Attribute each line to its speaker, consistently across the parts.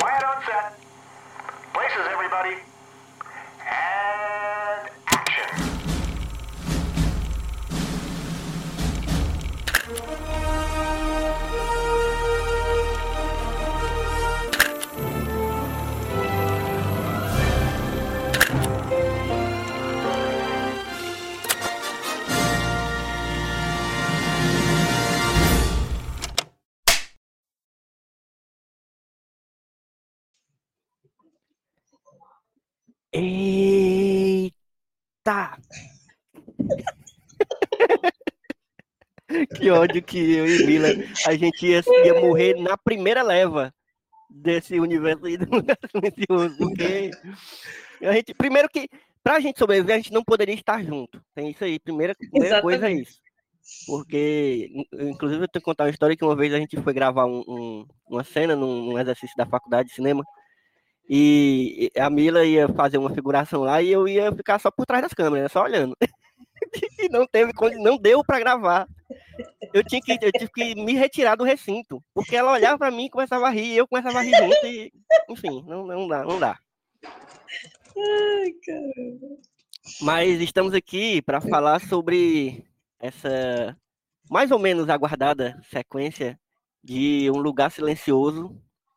Speaker 1: Quiet on set. Places, everybody. And action.
Speaker 2: Eita! Que ódio que eu e Mila, a gente ia morrer na primeira leva desse universo aí do Lugar Silencioso, porque a gente, primeiro que, pra gente sobreviver, a gente não poderia estar junto. Tem isso aí, primeira coisa é isso. Porque, inclusive, eu tenho que contar uma história que uma vez a gente foi gravar uma cena num exercício da faculdade de cinema, e a Mila ia fazer uma figuração lá e eu ia ficar só por trás das câmeras, né, só olhando. E não deu pra gravar. Eu tive que me retirar do recinto, porque ela olhava pra mim e começava a rir, e eu começava a rir junto, e, enfim, não dá.
Speaker 3: Ai, caramba.
Speaker 2: Mas estamos aqui para falar sobre essa mais ou menos aguardada sequência de Um Lugar Silencioso,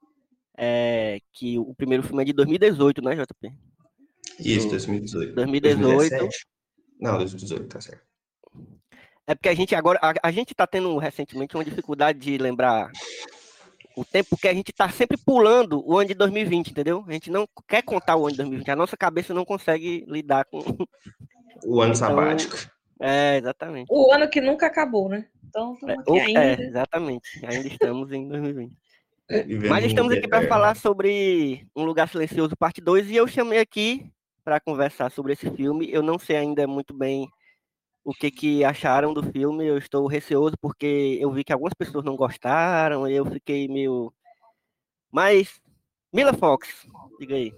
Speaker 2: que o primeiro filme é de 2018, né, JP?
Speaker 4: Isso, 2018.
Speaker 2: 2018.
Speaker 4: 2017? Não, 2018, tá certo.
Speaker 2: É porque a gente agora, a gente tá tendo recentemente uma dificuldade de lembrar o tempo, que a gente tá sempre pulando o ano de 2020, entendeu? A gente não quer contar o ano de 2020, a nossa cabeça não consegue lidar com...
Speaker 4: O ano sabático.
Speaker 2: Exatamente.
Speaker 3: O ano que nunca acabou, né? Então, estamos aqui ainda.
Speaker 2: Exatamente. Ainda estamos em 2020. Mas estamos aqui para falar sobre Um Lugar Silencioso, parte 2, e eu chamei aqui para conversar sobre esse filme. Eu não sei ainda muito bem o que acharam do filme, eu estou receoso porque eu vi que algumas pessoas não gostaram, e eu fiquei meio... Mas, Mila Fox, diga aí.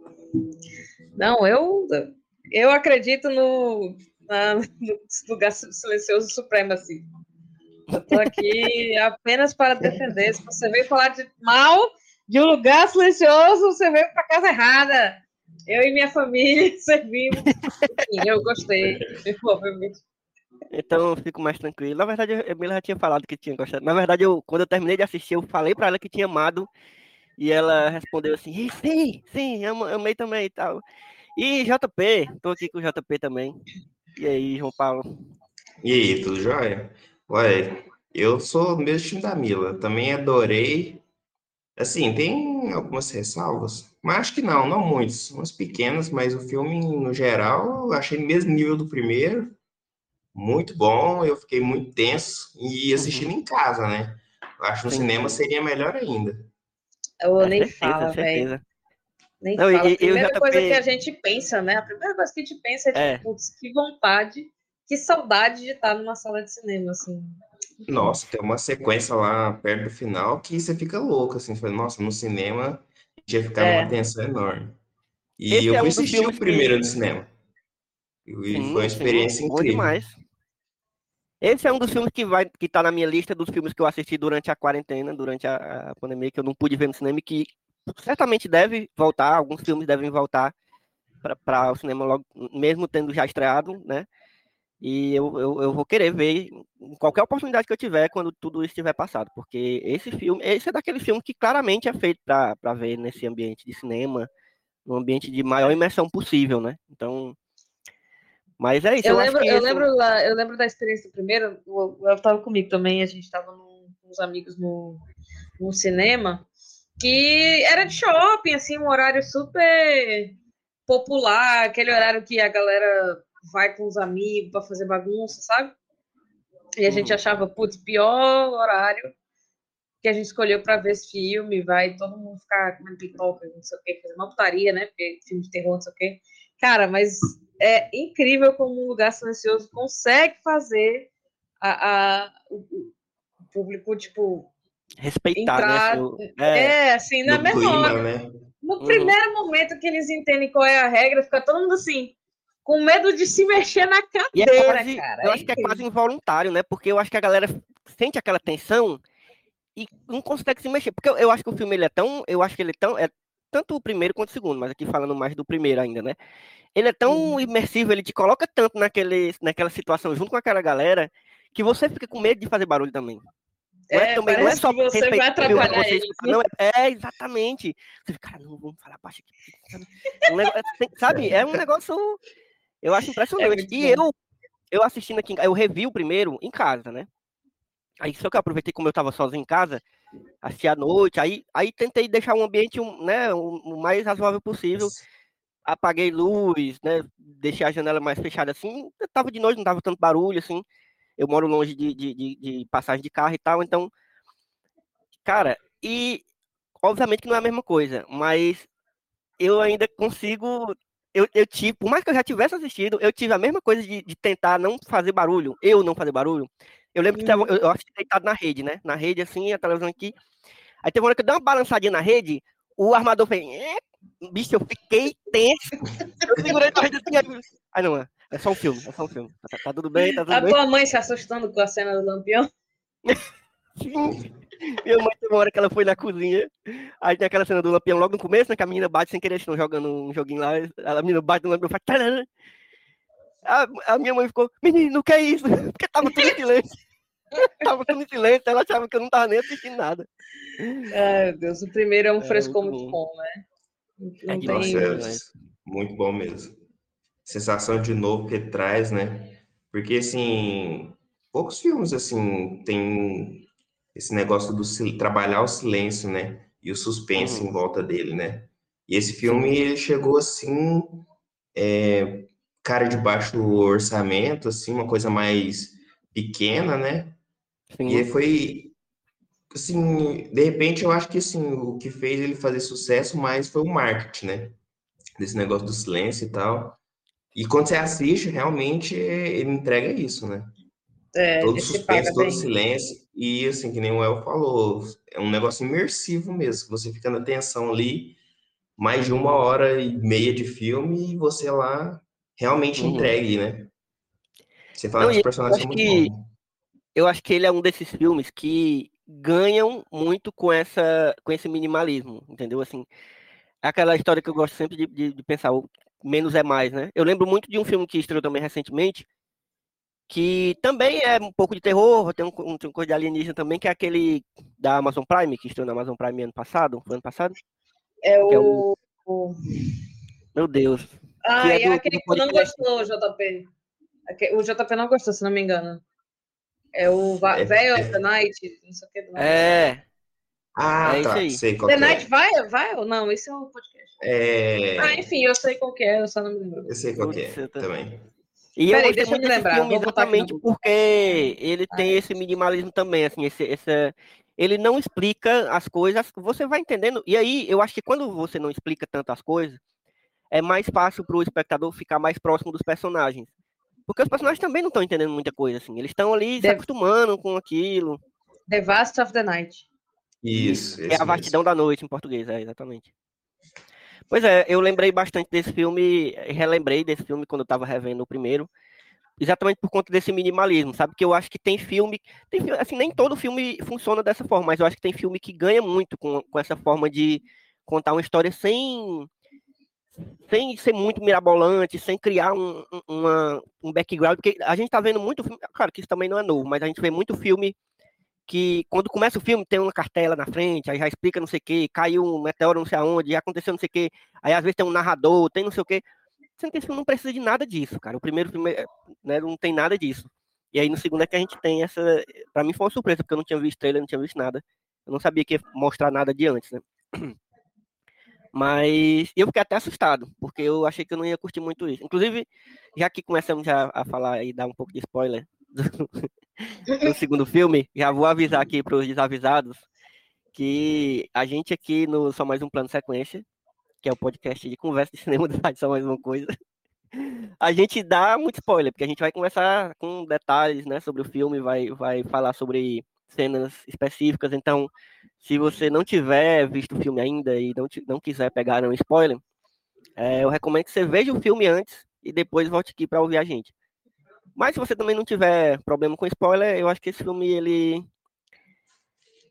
Speaker 3: Não, eu acredito no Lugar Silencioso Supremo, assim. Eu tô aqui apenas para defender. Se você veio falar mal de Um Lugar Silencioso, você veio para casa errada. Eu e minha família servimos. Enfim, eu gostei, obviamente.
Speaker 2: Então eu fico mais tranquilo. Na verdade, a Mila já tinha falado que tinha gostado. Na verdade, quando eu terminei de assistir, eu falei para ela que tinha amado. E ela respondeu assim, sim, amei também e tal. E JP, tô aqui com o JP também. E aí, João Paulo?
Speaker 4: E aí, tudo jóia? Ué, eu sou do mesmo time da Mila, também adorei. Assim, tem algumas ressalvas, mas acho que não muitas, umas pequenas, mas o filme, no geral, eu achei no mesmo nível do primeiro, muito bom, eu fiquei muito tenso e assistindo em casa, né? Eu acho que no cinema seria melhor ainda.
Speaker 3: Eu nem falo, velho. Nem fala. A primeira coisa que a gente pensa, né? A primeira coisa que a gente pensa é tipo, putz, que vontade, que saudade de estar numa sala de cinema, assim.
Speaker 4: Nossa, tem uma sequência lá perto do final que você fica louco, assim, fala, nossa, no cinema ia ficar numa tensão enorme. E eu fui assistir o primeiro no cinema. E foi uma experiência incrível.
Speaker 2: Bom demais. Esse é um dos filmes que tá na minha lista dos filmes que eu assisti durante a quarentena, durante a pandemia, que eu não pude ver no cinema e que certamente deve voltar, alguns filmes devem voltar para o cinema logo, mesmo tendo já estreado, né? E eu vou querer ver em qualquer oportunidade que eu tiver quando tudo isso estiver passado, porque esse é daquele filme que claramente é feito para ver nesse ambiente de cinema, num ambiente de maior imersão possível, né? Então, mas é isso.
Speaker 3: Eu lembro da experiência do primeiro, eu estava comigo também, a gente estava com uns amigos no cinema, que era de shopping, assim, um horário super popular, aquele horário que a galera vai com os amigos para fazer bagunça, sabe? E a gente achava, putz, pior horário que a gente escolheu para ver esse filme, vai todo mundo ficar comendo pipoca, não sei o que, fazer uma putaria, né? Porque filme de terror, não sei o que. Cara, mas é incrível como Um Lugar Silencioso consegue fazer o público, tipo,
Speaker 2: respeitar,
Speaker 3: entrar,
Speaker 2: né?
Speaker 3: Assim, na mesma hora. Né? No primeiro momento que eles entendem qual é a regra, fica todo mundo assim, com medo de se mexer na cadeira, cara.
Speaker 2: Eu acho que é quase involuntário, né? Porque eu acho que a galera sente aquela tensão e não consegue se mexer. Porque eu acho que o filme ele é tão. Eu acho que ele é tão. É, tanto o primeiro quanto o segundo, mas aqui falando mais do primeiro ainda, né? Ele é tão imersivo, ele te coloca tanto naquela situação junto com aquela galera que você fica com medo de fazer barulho também. Não é, também, não é
Speaker 3: Parece
Speaker 2: só
Speaker 3: que você vai atrapalhar
Speaker 2: você
Speaker 3: eles,
Speaker 2: escutar,
Speaker 3: né?
Speaker 2: não, exatamente. Você fica, cara, não, vamos falar baixo aqui. Um negócio, sabe? É um negócio, eu acho
Speaker 3: É
Speaker 2: impressionante.
Speaker 3: muito
Speaker 2: E
Speaker 3: bom.
Speaker 2: eu assistindo aqui, eu revi o primeiro em casa, né? Aí só que eu aproveitei como eu tava sozinho em casa, assisti à noite, aí tentei deixar o ambiente, né, o mais razoável possível. Apaguei luz, né? Deixei a janela mais fechada assim. Eu tava de noite, não tava tanto barulho, assim. Eu moro longe de passagem de carro e tal, então, cara, e obviamente que não é a mesma coisa, mas eu ainda consigo. Eu tive, por mais que eu já tivesse assistido, eu tive a mesma coisa de tentar não fazer barulho, eu não fazer barulho. Eu lembro que eu assisti deitado na rede, né? Na rede, assim, a televisão aqui. Aí teve uma hora que eu dei uma balançadinha na rede, o armador fez. Bicho, eu fiquei tenso. Eu segurei a rede assim. Aí não, é só um filme, é só um filme. Tá tudo bem, tá tudo
Speaker 3: A
Speaker 2: bem.
Speaker 3: tua mãe se assustando com a cena do Lampião.
Speaker 2: Sim. Minha mãe teve uma hora que ela foi na cozinha. Aí tem aquela cena do lampião logo no começo, né? Que a menina bate sem querer, estão jogando um joguinho lá. A menina bate no lampião e faz. Tarará. A minha mãe ficou, menino, o que é isso? Porque tava tudo em silêncio. Tava tudo em silêncio, ela achava que eu não tava nem assistindo nada.
Speaker 3: Ai, meu Deus, o primeiro é um frescor
Speaker 2: Muito
Speaker 3: muito
Speaker 2: bom.
Speaker 3: bom, né?
Speaker 2: É
Speaker 3: Não
Speaker 2: demais,
Speaker 4: Nossa,
Speaker 2: é
Speaker 3: tem.
Speaker 2: demais.
Speaker 4: muito bom mesmo. Sensação de novo que ele traz, né? Porque, assim, poucos filmes, assim, tem esse negócio do trabalhar o silêncio, né? E o suspense
Speaker 2: Uhum,
Speaker 4: em volta dele, né? E esse filme,
Speaker 2: sim,
Speaker 4: ele chegou, assim, cara de baixo orçamento, assim, uma coisa mais pequena, né? E aí
Speaker 2: sim.
Speaker 4: foi, assim, de repente, eu acho que, assim, o que fez ele fazer sucesso mais foi o marketing, né? Desse negócio do silêncio e tal. E quando você assiste, realmente ele entrega isso, né?
Speaker 3: É,
Speaker 4: Todo
Speaker 3: ele se paga
Speaker 4: suspense, todo
Speaker 3: bem.
Speaker 4: silêncio. E assim, que nem o El falou, é um negócio imersivo mesmo. Você fica na tensão ali, mais de 1 hora e meia de filme, e você lá realmente
Speaker 2: Uhum.
Speaker 4: entregue, né? Você fala
Speaker 2: Não,
Speaker 4: que os
Speaker 2: e
Speaker 4: personagens são muito bons.
Speaker 2: eu acho que ele é um desses filmes que ganham muito com esse minimalismo, entendeu? Assim, é aquela história que eu gosto sempre de pensar, o menos é mais, né? Eu lembro muito de um filme que estreou também recentemente, que também é um pouco de terror, tem um coisa de alienígena também, que é aquele da Amazon Prime, que estreou na Amazon Prime ano passado, foi ano passado,
Speaker 3: É
Speaker 2: que é o,
Speaker 3: o...
Speaker 2: meu Deus, que
Speaker 3: Ah,
Speaker 2: é
Speaker 3: e é aquele
Speaker 2: do
Speaker 3: que tu não
Speaker 2: podcast.
Speaker 3: gostou, JP. O JP não gostou, se não me engano. É o
Speaker 4: É,
Speaker 3: Veil of the Night, não sei o que do Night.
Speaker 2: É,
Speaker 4: ah,
Speaker 2: é isso
Speaker 4: tá,
Speaker 2: aí.
Speaker 4: sei qual
Speaker 3: The
Speaker 4: que
Speaker 3: Night
Speaker 4: é.
Speaker 3: vai ou não? Esse é o podcast. Ah,
Speaker 4: É,
Speaker 3: enfim, eu sei qual que é, eu só não me lembro.
Speaker 4: eu sei qual que
Speaker 2: Putz,
Speaker 4: é também.
Speaker 2: E eu
Speaker 3: Peraí,
Speaker 2: gostei
Speaker 3: deixa eu
Speaker 2: muito
Speaker 3: me
Speaker 2: desse
Speaker 3: lembrar.
Speaker 2: filme
Speaker 3: Vou botar aqui no
Speaker 2: exatamente
Speaker 3: Google.
Speaker 2: porque ele tem
Speaker 3: Night.
Speaker 2: esse minimalismo também, assim, ele não explica as coisas, você vai entendendo. E aí, eu acho que quando você não explica tanto as coisas, é mais fácil para o espectador ficar mais próximo dos personagens. Porque os personagens também não estão entendendo muita coisa, assim. Eles estão ali se
Speaker 3: The,
Speaker 2: acostumando com aquilo.
Speaker 3: The Vast of the Night.
Speaker 2: Isso,
Speaker 4: Isso,
Speaker 2: que é a
Speaker 4: esse
Speaker 2: vastidão
Speaker 4: mesmo.
Speaker 2: da noite em português, exatamente. Pois é, eu lembrei bastante desse filme, relembrei desse filme quando eu estava revendo o primeiro. Exatamente por conta desse minimalismo, sabe? Que eu acho que assim, nem todo filme funciona dessa forma, mas eu acho que tem filme que ganha muito com essa forma de contar uma história sem ser muito mirabolante, sem criar um background, porque a gente tá vendo muito filme, claro que isso também não é novo, mas a gente vê muito filme que quando começa o filme tem uma cartela na frente, aí já explica não sei o que, caiu um meteoro não sei aonde, já aconteceu não sei o que, aí às vezes tem um narrador, tem não sei o que. Sendo que esse filme não precisa de nada disso, cara. O primeiro filme, né, não tem nada disso. E aí no segundo é que a gente tem essa. Pra mim foi uma surpresa, porque eu não tinha visto trailer, não tinha visto nada. Eu não sabia que ia mostrar nada de antes, né? Mas eu fiquei até assustado, porque eu achei que eu não ia curtir muito isso. Inclusive, já que começamos já a falar e dar um pouco de spoiler do segundo filme, já vou avisar aqui para os desavisados que a gente aqui no Só Mais Um Plano Sequência, que é o podcast de conversa de cinema do Rádio Só Mais Uma Coisa, a gente dá muito spoiler, porque a gente vai conversar com detalhes, né, sobre o filme, vai falar sobre cenas específicas. Então, se você não tiver visto o filme ainda e não quiser pegar um spoiler, eu recomendo que você veja o filme antes e depois volte aqui para ouvir a gente. Mas se você também não tiver problema com spoiler, eu acho que esse filme, ele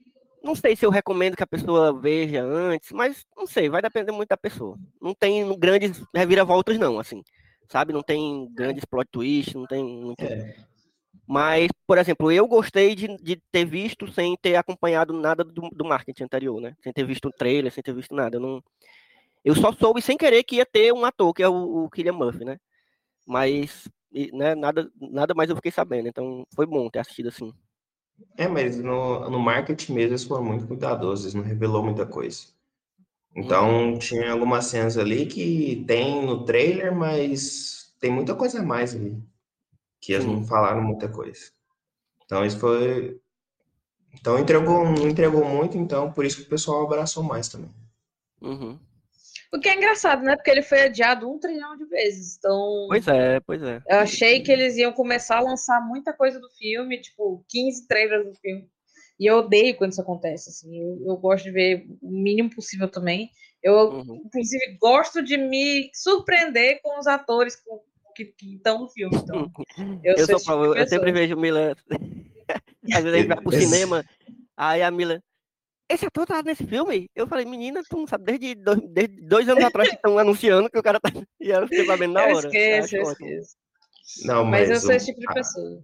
Speaker 2: não sei se eu recomendo que a pessoa veja antes, mas não sei, vai depender muito da pessoa. Não tem grandes reviravoltas, não, assim, sabe? Não tem grandes plot twists, não tem muito. Mas, por exemplo, eu gostei de ter visto sem ter acompanhado nada do marketing anterior, né? Sem ter visto o trailer, sem ter visto nada. Eu só soube sem querer que ia ter um ator, que é o Cillian Murphy, né? Mas, né, nada mais eu fiquei sabendo. Então, foi bom ter assistido assim.
Speaker 4: Mas no marketing mesmo eles foram muito cuidadosos, eles não revelou muita coisa.
Speaker 2: Uhum,
Speaker 4: Então, tinha algumas cenas ali que tem no trailer, mas tem muita coisa a mais ali, que eles
Speaker 2: sim.
Speaker 4: não falaram muita coisa. Então, isso foi. Então, não entregou muito, então por isso que o pessoal abraçou mais também.
Speaker 2: Uhum.
Speaker 3: O que é engraçado, né? Porque ele foi adiado 1 trilhão de vezes. Então,
Speaker 2: Pois é, pois é.
Speaker 3: eu achei que eles iam começar a lançar muita coisa do filme, tipo, 15 trailers do filme. E eu odeio quando isso acontece, assim. Eu gosto de ver o mínimo possível também. Eu,
Speaker 2: Uhum.
Speaker 3: inclusive, gosto de me surpreender com os atores que estão no filme. Então, eu
Speaker 2: Eu
Speaker 3: sou
Speaker 2: sou
Speaker 3: esse tipo
Speaker 2: prova,
Speaker 3: de
Speaker 2: eu sempre
Speaker 3: pessoa.
Speaker 2: vejo Mila. Às vezes a gente vai pro
Speaker 4: Esse-
Speaker 2: cinema, aí a Mila. Esse ator tá nesse filme? Eu falei, menina, tu não sabe, desde 2 anos atrás que estão anunciando que o cara tá. E ela fica sabendo na
Speaker 3: Eu
Speaker 2: hora. Eu
Speaker 3: esqueço,
Speaker 2: acho
Speaker 3: eu
Speaker 2: ótimo.
Speaker 3: esqueço.
Speaker 4: Não,
Speaker 3: Mas eu
Speaker 4: mas
Speaker 3: sou esse tipo de pessoa.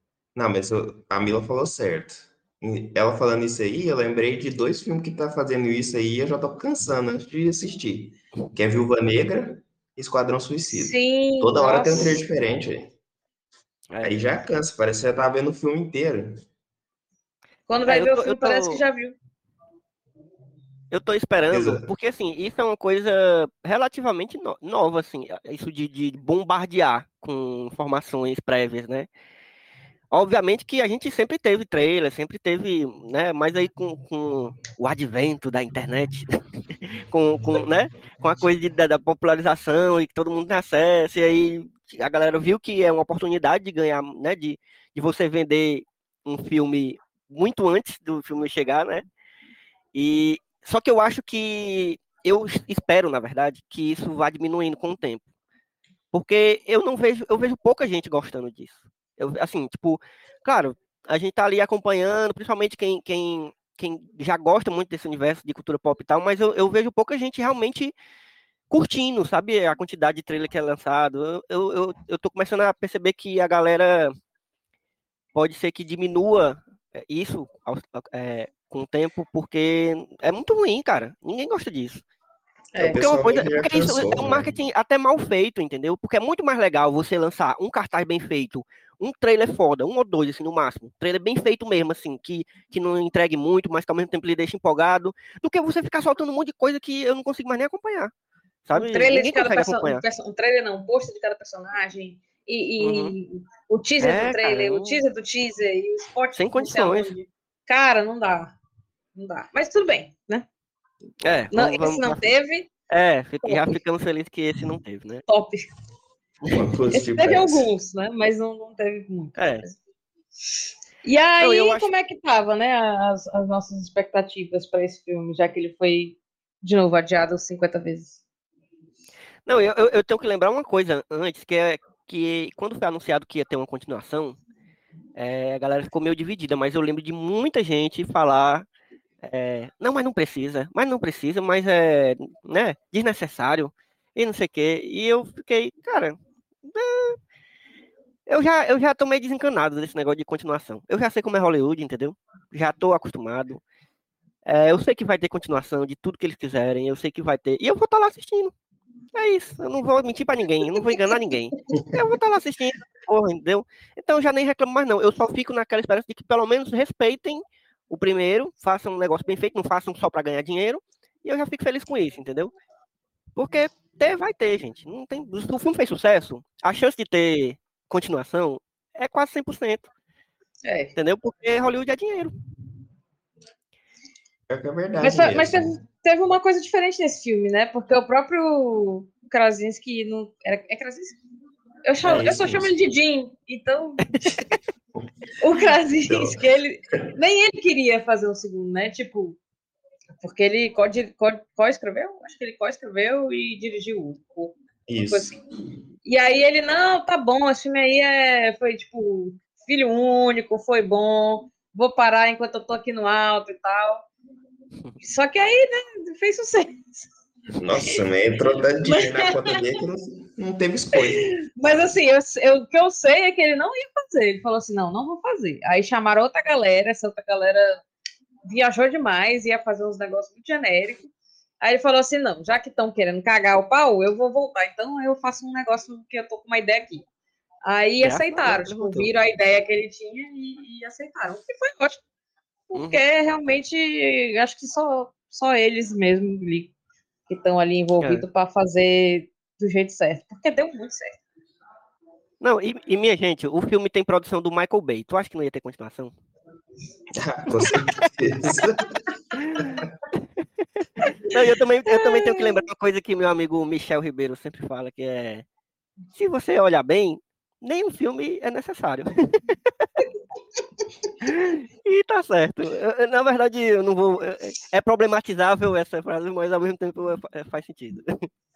Speaker 4: a Mila falou certo. Ela falando isso aí, eu lembrei de dois filmes que tá fazendo isso aí, eu já tô cansando antes de assistir. Que é Viúva Negra e Esquadrão Suicida.
Speaker 3: Sim,
Speaker 4: Toda hora tem um trailer
Speaker 3: nossa.
Speaker 4: diferente, aí.
Speaker 2: É.
Speaker 4: Aí já cansa, parece que você tá vendo o filme inteiro.
Speaker 3: Quando vai
Speaker 2: É, eu
Speaker 3: ver o
Speaker 2: tô, eu
Speaker 3: filme, parece que
Speaker 2: tô,
Speaker 3: já viu.
Speaker 2: eu tô esperando,
Speaker 4: Exa-
Speaker 2: porque assim, isso é uma coisa relativamente nova, assim, isso de bombardear com informações prévias, né? Obviamente que a gente sempre teve trailer, sempre teve, né? Mas aí com o advento da internet, né? Com a coisa da popularização e que todo mundo tem acesso, e aí a galera viu que é uma oportunidade de ganhar, né? De você vender um filme muito antes do filme chegar, né? E só que eu acho que eu espero, na verdade, que isso vá diminuindo com o tempo. Porque eu vejo pouca gente gostando disso. Assim, tipo, claro, a gente tá ali acompanhando, principalmente quem já gosta muito desse universo de cultura pop e tal, mas eu vejo pouca gente realmente curtindo, sabe, a quantidade de trailer que é lançado. Eu tô começando a perceber que a galera pode ser que diminua isso com o tempo, porque é muito ruim, cara. Ninguém gosta disso.
Speaker 4: O
Speaker 3: É.
Speaker 2: Porque é uma
Speaker 4: pessoal meio
Speaker 2: coisa,
Speaker 4: que já
Speaker 2: porque isso é
Speaker 4: cansou,
Speaker 2: um
Speaker 4: né?
Speaker 2: marketing até mal feito, entendeu? Porque é muito mais legal você lançar um cartaz bem feito, um trailer foda, um ou dois, assim, no máximo. Trailer bem feito mesmo, assim, que não entregue muito, mas que ao mesmo tempo lhe deixe empolgado, do que você ficar soltando um monte de coisa que eu não consigo mais nem acompanhar,
Speaker 3: Um
Speaker 2: sabe?
Speaker 3: trailer de
Speaker 2: Ninguém
Speaker 3: cada
Speaker 2: consegue
Speaker 3: personagem.
Speaker 2: acompanhar.
Speaker 3: Um trailer não, um pôster de cada personagem.
Speaker 2: Uhum.
Speaker 3: E o teaser do
Speaker 2: É, cara,
Speaker 3: trailer, o teaser do teaser, e o spot
Speaker 2: sem
Speaker 3: não sei
Speaker 2: condições.
Speaker 3: aonde. Cara, não dá. Não dá. Mas tudo bem, né?
Speaker 2: É,
Speaker 3: Não, esse
Speaker 2: vamos
Speaker 3: não teve,
Speaker 2: já
Speaker 3: top,
Speaker 2: ficamos felizes que esse não teve, né?
Speaker 3: top.
Speaker 4: Uma
Speaker 3: Esse
Speaker 4: positiva
Speaker 3: teve
Speaker 4: essa.
Speaker 3: alguns, né? Mas não teve muito.
Speaker 2: É.
Speaker 3: E
Speaker 2: Não, eu
Speaker 3: aí,
Speaker 2: acho.
Speaker 3: como é que tava, né? As nossas expectativas para esse filme, já que ele foi de novo adiado 50 vezes.
Speaker 2: Não, eu tenho que lembrar uma coisa antes, que é que quando foi anunciado que ia ter uma continuação, a galera ficou meio dividida, mas eu lembro de muita gente falar, não, mas não precisa, mas é, né, desnecessário, e não sei o quê. E eu fiquei, cara, eu já tô meio desencanado desse negócio de continuação. Eu já sei como é Hollywood, entendeu? Já tô acostumado. Eu sei que vai ter continuação de tudo que eles quiserem, eu sei que vai ter. E eu vou estar lá assistindo. É isso, eu não vou mentir pra ninguém, eu não vou enganar ninguém. Eu vou estar lá assistindo, porra, entendeu? Então eu já nem reclamo mais, não. Eu só fico naquela esperança de que pelo menos respeitem o primeiro, façam um negócio bem feito, não façam só pra ganhar dinheiro, e eu já fico feliz com isso, entendeu? Porque vai ter, gente. Não tem, se o filme fez sucesso, a chance de ter continuação é quase 100%,
Speaker 3: É.
Speaker 2: entendeu? Porque Hollywood é dinheiro.
Speaker 4: É que é
Speaker 3: Mas,
Speaker 4: verdade
Speaker 3: mas
Speaker 4: mesmo.
Speaker 3: teve uma coisa diferente nesse filme, né? Porque o próprio Krasinski não. É Krasinski?
Speaker 4: É
Speaker 3: Eu
Speaker 4: isso
Speaker 3: só chamo
Speaker 4: mesmo.
Speaker 3: ele de Jim. Então, o
Speaker 4: Então,
Speaker 3: Krasinski, ele. Nem ele queria fazer um segundo, né? Tipo, porque ele co-escreveu? Acho que ele co-escreveu e dirigiu uma coisa
Speaker 4: isso.
Speaker 3: assim. E aí ele, não, tá bom, esse filme aí foi tipo filho único, foi bom, vou parar enquanto eu tô aqui no alto e tal. Só que aí, né, fez sucesso.
Speaker 4: Nossa, né? Entrou tanto dinheiro na conta dele que não teve escolha.
Speaker 3: Mas assim, o que eu sei é que ele não ia fazer. Ele falou assim, não vou fazer. Aí chamaram outra galera, essa outra galera viajou demais, ia fazer uns negócios muito genéricos. Aí ele falou assim, não, já que estão querendo cagar o pau, eu vou voltar. Então eu faço um negócio que eu tô com uma ideia aqui. Aí
Speaker 2: Graças a
Speaker 3: aceitaram,
Speaker 2: Deus,
Speaker 3: tipo,
Speaker 2: voltou.
Speaker 3: viram a ideia que ele tinha e aceitaram. E foi ótimo. Porque realmente, acho que só eles mesmo ali, que estão ali envolvidos para fazer do jeito certo. Porque deu muito certo.
Speaker 2: Não, e minha gente, o filme tem produção do Michael Bay. Tu acha que não ia ter continuação?
Speaker 4: Com certeza.
Speaker 2: Não, eu também tenho que lembrar uma coisa que meu amigo Michel Ribeiro sempre fala, que é: se você olhar bem, nenhum filme é necessário. E tá certo. Na verdade, eu não vou. É problematizável essa frase, mas ao mesmo tempo faz sentido.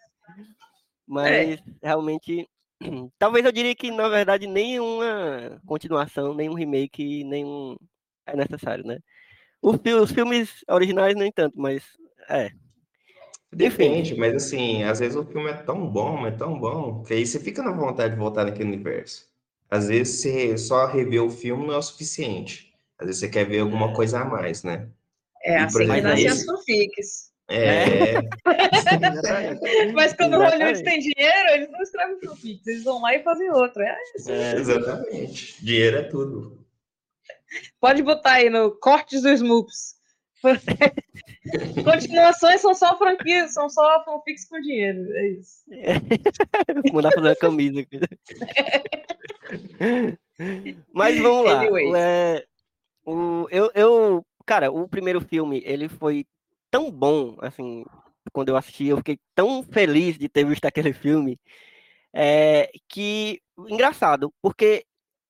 Speaker 2: Mas realmente, talvez eu diria que na verdade nenhuma continuação, nenhum remake, nenhum é necessário, né? Os filmes originais nem tanto, mas
Speaker 4: Depende, mas assim, às vezes o filme é tão bom, mas tão bom, que aí você fica na vontade de voltar naquele universo. Às vezes você só rever o filme não é o suficiente. Às vezes você quer ver alguma coisa a mais, né?
Speaker 3: É
Speaker 4: E, por
Speaker 3: assim que
Speaker 4: exemplo,
Speaker 3: nascem as
Speaker 4: esse.
Speaker 3: fanfics.
Speaker 2: Exatamente.
Speaker 3: Mas quando o Hollywood
Speaker 2: Exatamente.
Speaker 3: tem dinheiro, eles não escrevem fanfics, eles vão lá e fazem outra. É isso.
Speaker 4: Exatamente. Dinheiro é tudo.
Speaker 3: Pode botar aí no Cortes dos Smoops. Continuações são só franquias, são só fanfics com dinheiro. É isso.
Speaker 2: Vou mandar fazer uma camisa aqui. Mas vamos lá.
Speaker 3: Anyways.
Speaker 2: Cara, o primeiro filme, ele foi tão bom, assim, quando eu assisti, eu fiquei tão feliz de ter visto aquele filme, que, engraçado, porque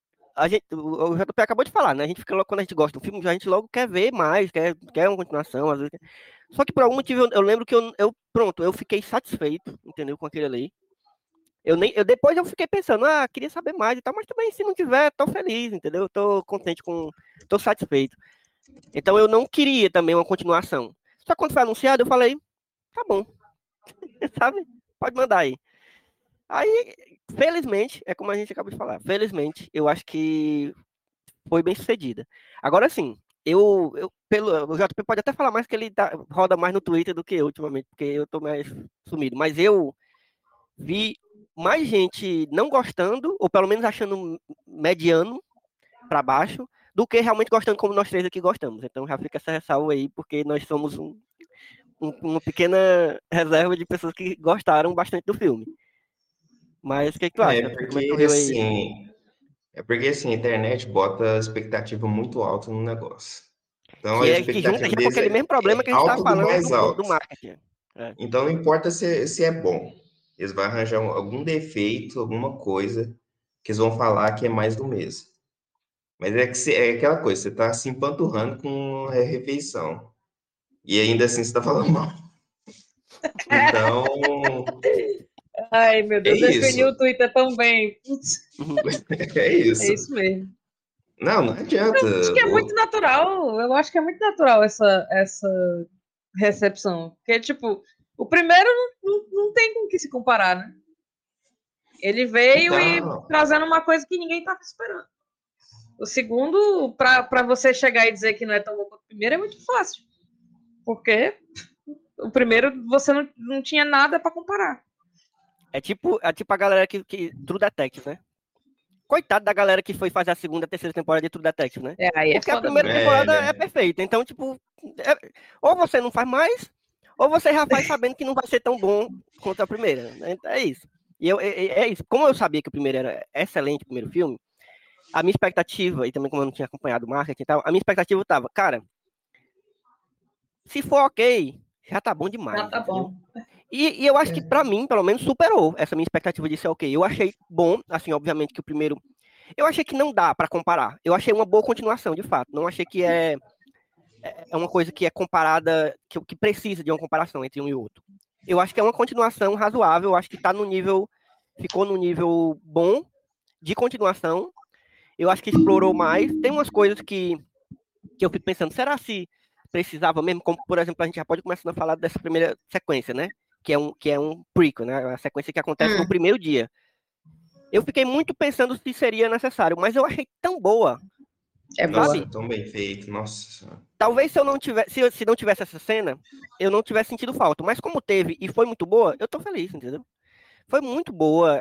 Speaker 2: o JP acabou de falar, né? A gente fica logo, quando a gente gosta do filme, a gente logo quer ver mais, quer uma continuação, às vezes. Só que por algum motivo, eu lembro que eu fiquei satisfeito, entendeu, com aquele ali. Depois eu fiquei pensando, queria saber mais e tal, mas também se não tiver, tô feliz, entendeu? Tô contente tô satisfeito. Então eu não queria também uma continuação. Só que quando foi anunciado, eu falei, tá bom, sabe? Pode mandar aí. Aí, felizmente, é como a gente acabou de falar, felizmente, eu acho que foi bem sucedida. Agora sim, o JP pode até falar mais que ele roda mais no Twitter do que eu ultimamente, porque eu tô mais sumido, mas eu vi mais gente não gostando, ou pelo menos achando mediano para baixo, do que realmente gostando como nós três aqui gostamos. Então já fica essa ressalva aí, porque nós somos uma pequena reserva de pessoas que gostaram bastante do filme. Mas o que tu acha? Como é que tu viu aí?
Speaker 4: É porque assim, a internet bota a expectativa muito alta no negócio. Então a
Speaker 2: Que junta
Speaker 4: expectativa
Speaker 2: já com
Speaker 4: deles
Speaker 2: aquele mesmo problema que a gente
Speaker 4: alta
Speaker 2: estava
Speaker 4: do
Speaker 2: falando
Speaker 4: mais
Speaker 2: do
Speaker 4: alto.
Speaker 2: marketing.
Speaker 4: Então não importa se é bom. Eles vão arranjar algum defeito, alguma coisa que eles vão falar que é mais do mesmo. Mas é aquela coisa, você está se empanturrando com a refeição. E ainda assim você está falando mal. Então,
Speaker 3: Ai, meu Deus, definiu
Speaker 4: isso.
Speaker 3: o Twitter tão bem.
Speaker 4: É isso.
Speaker 3: É isso mesmo.
Speaker 4: Não adianta.
Speaker 3: Eu acho que é muito natural. Eu acho que é muito natural essa recepção. Porque, tipo, o primeiro não tem com o que se comparar, né? Ele veio
Speaker 4: Então,
Speaker 3: e trazendo uma coisa que ninguém estava esperando. O segundo, para você chegar e dizer que não é tão bom quanto o primeiro, é muito fácil. Porque o primeiro você não tinha nada para comparar.
Speaker 2: É tipo a galera que True Detective, né? Coitado da galera que foi fazer a segunda, terceira temporada de True Detective, né?
Speaker 3: Aí
Speaker 2: Porque
Speaker 3: é
Speaker 2: a primeira temporada é perfeita. Então, tipo, ou você não faz mais, ou você já faz sabendo que não vai ser tão bom quanto a primeira. É isso. E é isso. Como eu sabia que o primeiro era excelente, o primeiro filme, a minha expectativa, e também como eu não tinha acompanhado o marketing e tal, a minha expectativa tava, cara, se for ok, já tá bom demais.
Speaker 3: Já tá bom.
Speaker 2: E eu acho que pra mim, pelo menos, superou essa minha expectativa de ser ok. Eu achei bom, assim, obviamente que o primeiro... Eu achei que não dá pra comparar. Eu achei uma boa continuação, de fato. Não achei que é uma coisa que é comparada, que precisa de uma comparação entre um e outro. Eu acho que é uma continuação razoável, eu acho que ficou no nível bom de continuação. Eu acho que explorou mais. Tem umas coisas que eu fico pensando, será se precisava mesmo, como, por exemplo, a gente já pode começar a falar dessa primeira sequência, né? Que é um prequel, né? A sequência que acontece no primeiro dia. Eu fiquei muito pensando se seria necessário, mas eu achei tão boa.
Speaker 4: Nossa,
Speaker 2: sabe?
Speaker 4: tão bem feito, nossa.
Speaker 2: Talvez se eu não tivesse, se não tivesse essa cena, eu não tivesse sentido falta. Mas como teve e foi muito boa, eu tô feliz, entendeu? Foi muito boa.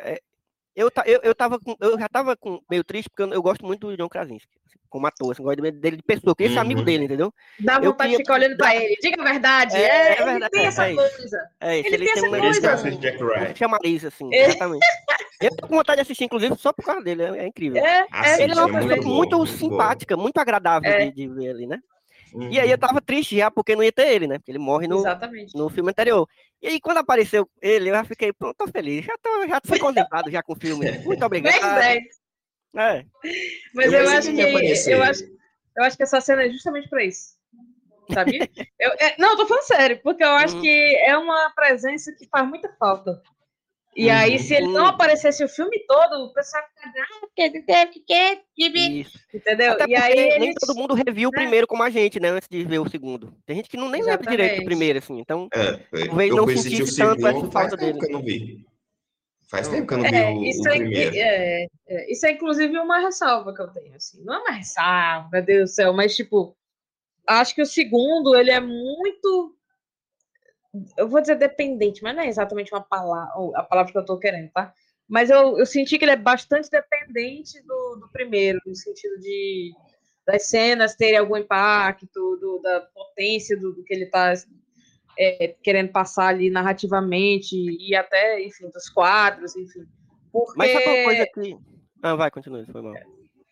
Speaker 2: Eu já tava meio triste, porque eu gosto muito do John Krasinski, assim, como ator, assim, gosto dele de pessoa, eu queria ser amigo dele, entendeu?
Speaker 3: Dá
Speaker 2: Eu
Speaker 3: vontade de
Speaker 2: queria
Speaker 3: ficar olhando pra ele. Diga a verdade.
Speaker 2: É
Speaker 3: Ele
Speaker 2: verdade,
Speaker 3: tem essa
Speaker 2: isso.
Speaker 3: coisa.
Speaker 2: É isso,
Speaker 3: Ele tem essa
Speaker 2: um
Speaker 3: coisa.
Speaker 2: negócio,
Speaker 4: Esse de Jack Ryan.
Speaker 2: chamariz, assim,
Speaker 3: É.
Speaker 2: exatamente. Eu tô com vontade de assistir, inclusive, só por causa dele, é incrível. Ele é uma
Speaker 4: muito
Speaker 2: pessoa
Speaker 4: bom,
Speaker 2: muito
Speaker 4: muito
Speaker 2: simpática, muito agradável
Speaker 3: É.
Speaker 2: de ver ali, né?
Speaker 4: Uhum.
Speaker 2: E aí eu tava triste já, porque não ia ter ele, né? Porque ele morre
Speaker 3: Exatamente.
Speaker 2: no filme anterior. E aí quando apareceu ele, eu já fiquei, pronto, tô feliz. Já fui contemplado já com o filme. Muito obrigado.
Speaker 3: 10.
Speaker 2: É.
Speaker 3: Mas
Speaker 4: Eu
Speaker 3: eu
Speaker 4: pensei
Speaker 3: acho
Speaker 4: que ia aparecer.
Speaker 3: eu acho que essa cena é justamente pra isso. Sabia? Não, eu tô falando sério, porque eu acho que é uma presença que faz muita falta. E aí, se ele não aparecesse o filme todo, o pessoal fica.
Speaker 2: Isso.
Speaker 3: Entendeu?
Speaker 2: Até
Speaker 3: E
Speaker 2: porque
Speaker 3: aí
Speaker 2: nem todo mundo reviu o primeiro como a gente, né? Antes de ver o segundo. Tem gente que nem lembra direito do
Speaker 3: Exatamente.
Speaker 2: primeiro, assim. Então, talvez
Speaker 4: Eu
Speaker 2: não
Speaker 4: fui assistir o
Speaker 2: sentisse tanto essa
Speaker 4: segundo, faz
Speaker 2: falta
Speaker 4: tempo
Speaker 2: dele.
Speaker 4: que eu não vi. Faz tempo que eu não vi o primeiro.
Speaker 3: Isso é inclusive uma ressalva que eu tenho, assim. Não é uma ressalva, meu Deus do céu, mas, tipo, acho que o segundo, ele é muito, eu vou dizer dependente, mas não é exatamente a palavra que eu tô querendo, tá? Mas eu senti que ele é bastante dependente do primeiro, no sentido das cenas terem algum impacto, da potência do que ele tá querendo passar ali narrativamente, e até, enfim, dos quadros, enfim. Porque...
Speaker 2: Mas sabe uma coisa que... vai, continua, foi mal.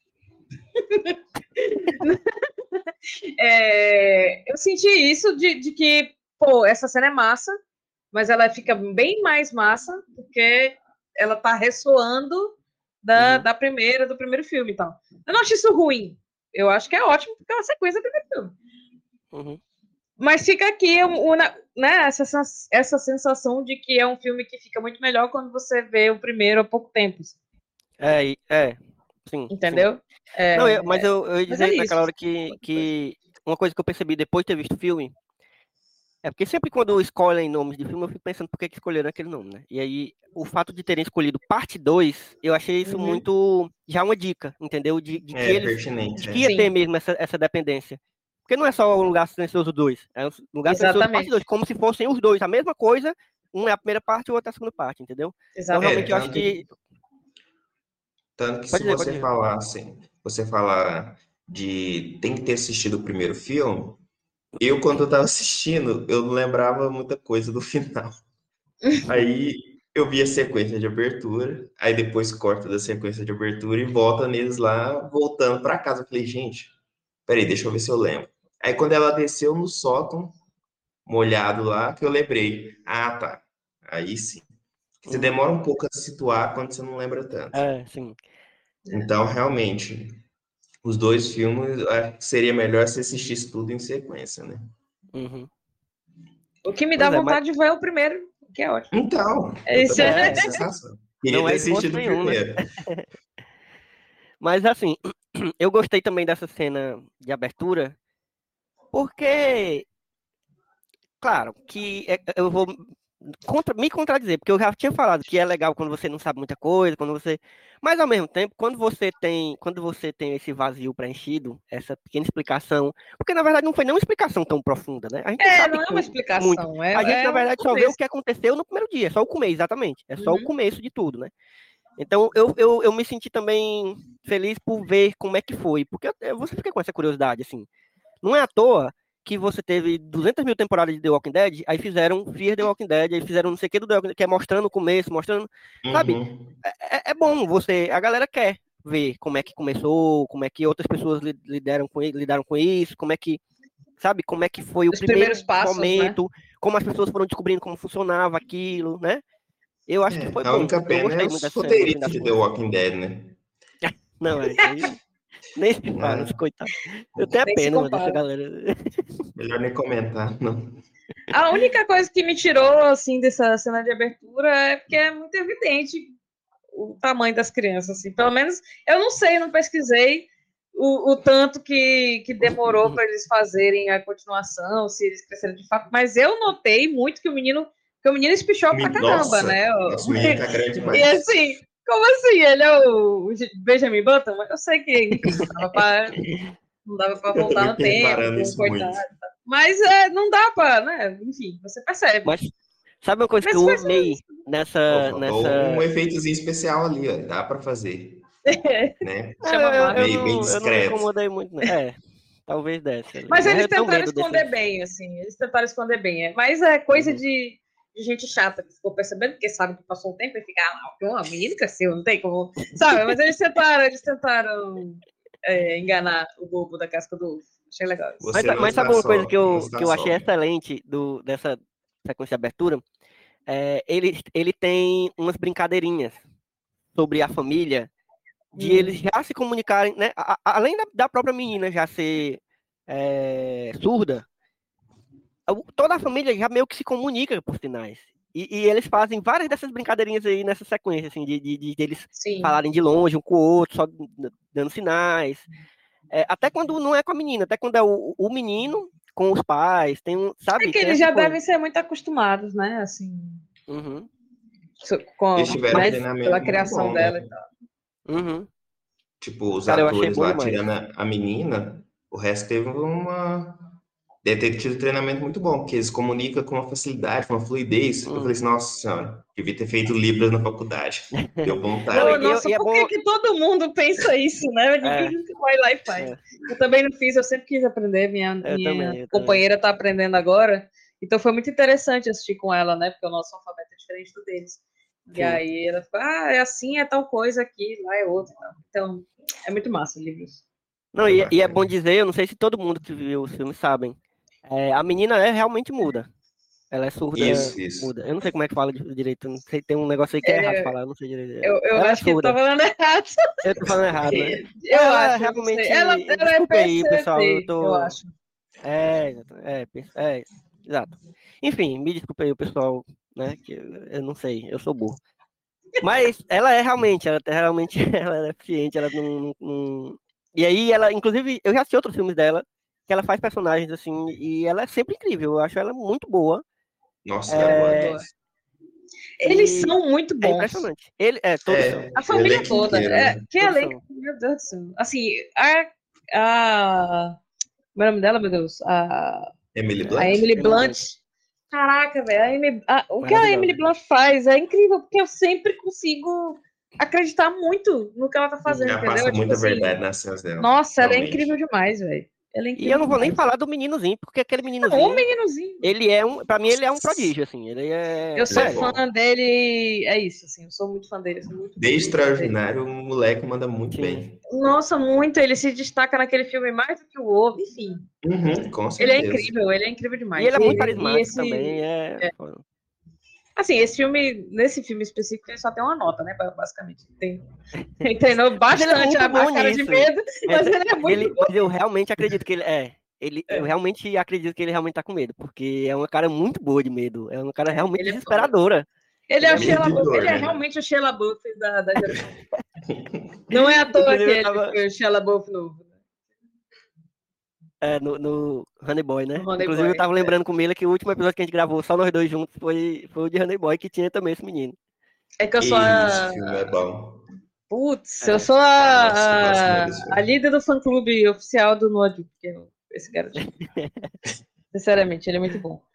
Speaker 3: Eu senti isso de que, pô, essa cena é massa, mas ela fica bem mais massa porque ela tá ressoando do primeiro filme e tal. Eu não acho isso ruim. Eu acho que é ótimo porque é uma sequência do primeiro filme.
Speaker 2: Uhum.
Speaker 3: Mas fica aqui né, essa sensação de que é um filme que fica muito melhor quando você vê o primeiro há pouco tempo.
Speaker 2: Sim.
Speaker 3: Entendeu?
Speaker 2: Sim. Não, mas eu ia dizer naquela hora
Speaker 3: isso.
Speaker 2: que uma coisa que eu percebi depois de ter visto o filme é porque sempre quando escolhem nomes de filme eu fico pensando por que escolheram aquele nome, né? E aí o fato de terem escolhido parte 2, eu achei isso muito já uma dica, entendeu? De que eles de que ia ter mesmo essa dependência. Porque não é só o Lugar Silencioso 2, é o Lugar Silencioso parte 2, como se fossem os dois, a mesma coisa, uma é a primeira parte e outra é a segunda parte, entendeu? Então realmente eu acho que
Speaker 4: tanto que se você falar assim, você falar de tem que ter assistido o primeiro filme, eu quando eu tava assistindo, eu não lembrava muita coisa do final. Aí eu vi a sequência de abertura, aí depois corta da sequência de abertura e volta neles lá, voltando pra casa. Eu falei, gente, peraí, deixa eu ver se eu lembro. Aí quando ela desceu no sótão, molhado lá, que eu lembrei. Ah, tá. Aí sim. Você demora um pouco a se situar quando você não lembra tanto.
Speaker 2: Sim.
Speaker 4: Então, realmente, os dois filmes, seria melhor se assistisse tudo em sequência, né?
Speaker 2: Uhum.
Speaker 3: O que me dá vontade de ver o primeiro, que é ótimo.
Speaker 4: Então,
Speaker 3: isso
Speaker 4: é sensação. Queria
Speaker 2: não
Speaker 4: ter
Speaker 2: é
Speaker 4: assistido o primeiro.
Speaker 2: Né? Mas assim, eu gostei também dessa cena de abertura, porque, claro, que eu vou me contradizer, porque eu já tinha falado que é legal quando você não sabe muita coisa, mas ao mesmo tempo, quando você tem esse vazio preenchido, essa pequena explicação, porque na verdade não foi nem uma explicação tão profunda, né? A gente sabe
Speaker 3: não é uma explicação,
Speaker 2: muito. A gente na verdade só vê o que aconteceu no primeiro dia, só o começo, exatamente. É só o começo de tudo, né? Então eu me senti também feliz por ver como é que foi, porque você fica com essa curiosidade, assim. Não é à toa que você teve 200 mil temporadas de The Walking Dead, aí fizeram Fear The Walking Dead, aí fizeram não sei o que do The Walking Dead, que é mostrando o começo, sabe? É bom, a galera quer ver como é que começou, como é que outras pessoas lidaram com isso, como é que, sabe, como é que foi o primeiro
Speaker 3: passos,
Speaker 2: momento,
Speaker 3: né?
Speaker 2: como as pessoas foram descobrindo como funcionava aquilo, né? Eu acho que foi bom.
Speaker 4: A única pena é os roteiristas de The Walking Dead, né?
Speaker 2: Não, isso aí nem se fala, coitado. Eu tenho a pena, mano, dessa galera.
Speaker 4: Melhor nem comentar, não.
Speaker 3: A única coisa que me tirou, assim, dessa cena de abertura é porque é muito evidente o tamanho das crianças, assim. Pelo menos, eu não sei, não pesquisei, o tanto que demorou para eles fazerem a continuação, se eles cresceram de fato, mas eu notei muito que o menino espichou pra caramba,
Speaker 4: Nossa,
Speaker 3: né?
Speaker 4: nosso menino tá grande
Speaker 3: E
Speaker 4: demais.
Speaker 3: assim, como assim? Ele é o Benjamin Button? Eu sei que, enfim, não dava pra voltar no
Speaker 4: Muito
Speaker 3: tempo,
Speaker 4: reparando isso
Speaker 3: coitado.
Speaker 4: muito.
Speaker 3: Mas não dá pra, né? Enfim, você percebe.
Speaker 2: Mas sabe uma coisa que
Speaker 3: Mas
Speaker 2: eu
Speaker 3: faz
Speaker 2: amei
Speaker 4: Pô, faltou um
Speaker 2: nessa...
Speaker 4: efeitozinho especial ali, ó. Dá pra fazer, né?
Speaker 3: chama
Speaker 2: Eu
Speaker 3: máfia.
Speaker 4: Bem
Speaker 2: não me
Speaker 4: discreto.
Speaker 2: incomodei muito, né? Talvez desse ali.
Speaker 3: Mas
Speaker 2: Mas
Speaker 3: eles
Speaker 2: eu tenho
Speaker 3: tentaram
Speaker 2: medo
Speaker 3: esconder
Speaker 2: desses...
Speaker 3: bem, assim. Eles tentaram esconder bem. Mas é coisa
Speaker 2: Uhum.
Speaker 3: de gente chata que ficou percebendo, porque sabe que passou um tempo e fica, não, uma menina cresceu, não tem como. Sabe? Mas eles tentaram enganar o bobo da casca do ovo. Achei legal isso.
Speaker 4: Você não
Speaker 2: Mas
Speaker 4: está
Speaker 2: sabe uma coisa
Speaker 4: só, não está
Speaker 2: que eu achei
Speaker 4: só.
Speaker 2: excelente dessa sequência de abertura? Ele tem umas brincadeirinhas sobre a família, de eles já se comunicarem, né? Além da própria menina já ser surda, toda a família já meio que se comunica por sinais. E eles fazem várias dessas brincadeirinhas aí nessa sequência, assim, de eles
Speaker 3: Sim.
Speaker 2: falarem de longe um com o outro, só dando sinais. Até quando não é com a menina, até quando é o menino com os pais,
Speaker 3: É
Speaker 2: sabe?
Speaker 3: que
Speaker 2: Tem
Speaker 3: eles
Speaker 2: essas
Speaker 3: já
Speaker 2: coisas.
Speaker 3: devem ser muito acostumados, né? Assim,
Speaker 2: Uhum,
Speaker 3: com,
Speaker 4: Eles tiveram um
Speaker 3: né?
Speaker 4: treinamento
Speaker 3: Pela
Speaker 4: muito
Speaker 3: criação
Speaker 4: bom,
Speaker 3: dela
Speaker 4: né?
Speaker 3: e tal.
Speaker 2: uhum.
Speaker 4: Tipo, os
Speaker 2: Cara, eu achei
Speaker 4: atores
Speaker 2: bom
Speaker 4: lá
Speaker 2: demais.
Speaker 4: tirando a menina, o resto teve uma. Deve ter tido um treinamento muito bom, porque eles comunicam com uma facilidade, com uma fluidez. Eu falei assim, nossa senhora, devia ter feito Libras na faculdade. Deu
Speaker 2: Não,
Speaker 4: vontade.
Speaker 3: Nossa,
Speaker 2: e é
Speaker 3: por
Speaker 2: bom.
Speaker 3: que todo mundo pensa isso, né?
Speaker 2: É,
Speaker 3: Ninguém nunca vai lá e faz.
Speaker 2: é,
Speaker 3: Eu também não fiz, eu sempre quis aprender.
Speaker 2: eu
Speaker 3: Minha
Speaker 2: também, eu também.
Speaker 3: companheira está aprendendo agora. Então foi muito interessante assistir com ela, né? Porque o nosso alfabeto é diferente do deles. E
Speaker 2: Sim.
Speaker 3: aí ela ficou, é assim, é tal coisa aqui, lá é outra. Então, é muito massa o livro.
Speaker 2: Não,
Speaker 4: É
Speaker 2: e é
Speaker 4: bacana.
Speaker 2: bom dizer, eu não sei se todo mundo que viu os filmes sabem. A menina realmente muda. Ela é surda,
Speaker 4: Isso.
Speaker 2: muda. Eu não sei como é que fala direito. Não sei, tem um negócio aí que é errado falar, eu não sei direito.
Speaker 3: Eu
Speaker 2: Ela é
Speaker 3: acho que ele tá
Speaker 2: surda.
Speaker 3: falando errado.
Speaker 2: Eu tô falando errado, né?
Speaker 3: Eu
Speaker 2: Ela
Speaker 3: acho, eu não sei.
Speaker 2: realmente.
Speaker 3: Ela é
Speaker 2: Desculpa aí, pessoal. Eu
Speaker 3: PCD, eu
Speaker 2: tô.
Speaker 3: acho.
Speaker 2: Exato. Enfim, me desculpa aí, pessoal, né? Que eu não sei, eu sou burro. Mas ela realmente, ela é eficiente, ela não. E aí, ela, inclusive, eu já assisti outros filmes dela, que ela faz personagens assim, e ela é sempre incrível. Eu acho ela muito boa.
Speaker 4: Nossa, ela é boa
Speaker 3: Boa.
Speaker 4: atriz.
Speaker 3: Eles
Speaker 2: E
Speaker 3: são muito
Speaker 2: é
Speaker 3: bons.
Speaker 2: impressionante. Todos são.
Speaker 3: A
Speaker 4: O
Speaker 3: família
Speaker 4: elenco
Speaker 3: toda.
Speaker 4: inteiro, né?
Speaker 3: Que
Speaker 2: Todos
Speaker 3: elenco,
Speaker 2: são.
Speaker 3: meu Deus do céu. Assim, a como é o nome dela, meu Deus?
Speaker 4: Emily
Speaker 3: A
Speaker 4: Blunt?
Speaker 3: Emily
Speaker 2: Emily
Speaker 3: Blunt.
Speaker 2: Blunt.
Speaker 3: Caraca, velho. O que a Emily
Speaker 2: Maravilhosa.
Speaker 3: Blunt faz é incrível, porque eu sempre consigo acreditar muito no que ela tá fazendo,
Speaker 4: Ela
Speaker 3: entendeu?
Speaker 4: passa
Speaker 3: Tipo
Speaker 4: muita
Speaker 3: assim,
Speaker 4: verdade nas cenas dela.
Speaker 3: nossa, ela é incrível
Speaker 4: Realmente.
Speaker 3: demais, velho. Ela é
Speaker 2: E eu
Speaker 3: incrível
Speaker 2: não vou nem
Speaker 3: demais.
Speaker 2: falar do meninozinho, porque aquele
Speaker 3: Não, o
Speaker 2: meninozinho,
Speaker 3: meninozinho.
Speaker 2: pra mim ele é um prodígio, assim. Ele é
Speaker 3: Eu sou
Speaker 4: Ele é
Speaker 2: sério.
Speaker 3: fã
Speaker 4: bom.
Speaker 3: dele. É isso, assim. Eu sou muito fã dele. Eu sou muito,
Speaker 4: De
Speaker 3: muito, muito fã dele.
Speaker 4: extraordinário, o moleque manda muito
Speaker 2: Sim.
Speaker 4: bem.
Speaker 3: Nossa, muito. Ele se destaca naquele filme mais do que o outro. Enfim.
Speaker 4: Com
Speaker 3: Ele é
Speaker 4: certeza.
Speaker 3: incrível
Speaker 2: E
Speaker 3: demais.
Speaker 2: ele é muito
Speaker 3: E
Speaker 2: carismático
Speaker 3: esse.
Speaker 2: também.
Speaker 3: Assim, nesse filme específico, ele só tem uma nota, né? Basicamente. Ele treinou
Speaker 2: Mas ele é
Speaker 3: bastante
Speaker 2: muito bom
Speaker 3: a cara de
Speaker 2: nisso.
Speaker 3: medo, mas ele é muito bom.
Speaker 2: Mas eu realmente acredito que eu realmente acredito que ele realmente tá com medo, porque é uma cara muito boa de medo. É uma cara realmente
Speaker 3: Ele é
Speaker 2: desesperadora.
Speaker 3: Ele é o
Speaker 2: é muito
Speaker 3: Sheila
Speaker 2: bom.
Speaker 3: Buff. Ele é
Speaker 4: né?
Speaker 3: realmente o Sheila Buff da geração. Não é à toa que
Speaker 2: Inclusive,
Speaker 3: ele foi o Sheila Buff novo.
Speaker 2: no Honey Boy, né?
Speaker 3: No Honey
Speaker 2: Inclusive, eu
Speaker 3: Boy,
Speaker 2: tava lembrando com o Mila que o último episódio que a gente gravou só nós dois juntos foi o de Honey Boy, que tinha também esse menino.
Speaker 3: É que eu sou
Speaker 4: Esse filme é bom.
Speaker 3: Putz,
Speaker 2: É.
Speaker 3: eu sou
Speaker 4: Nossa, eu gosto muito desse
Speaker 3: a
Speaker 4: filme.
Speaker 3: líder do fã-clube oficial do Nod, esse garotinho. Sinceramente, ele é muito bom.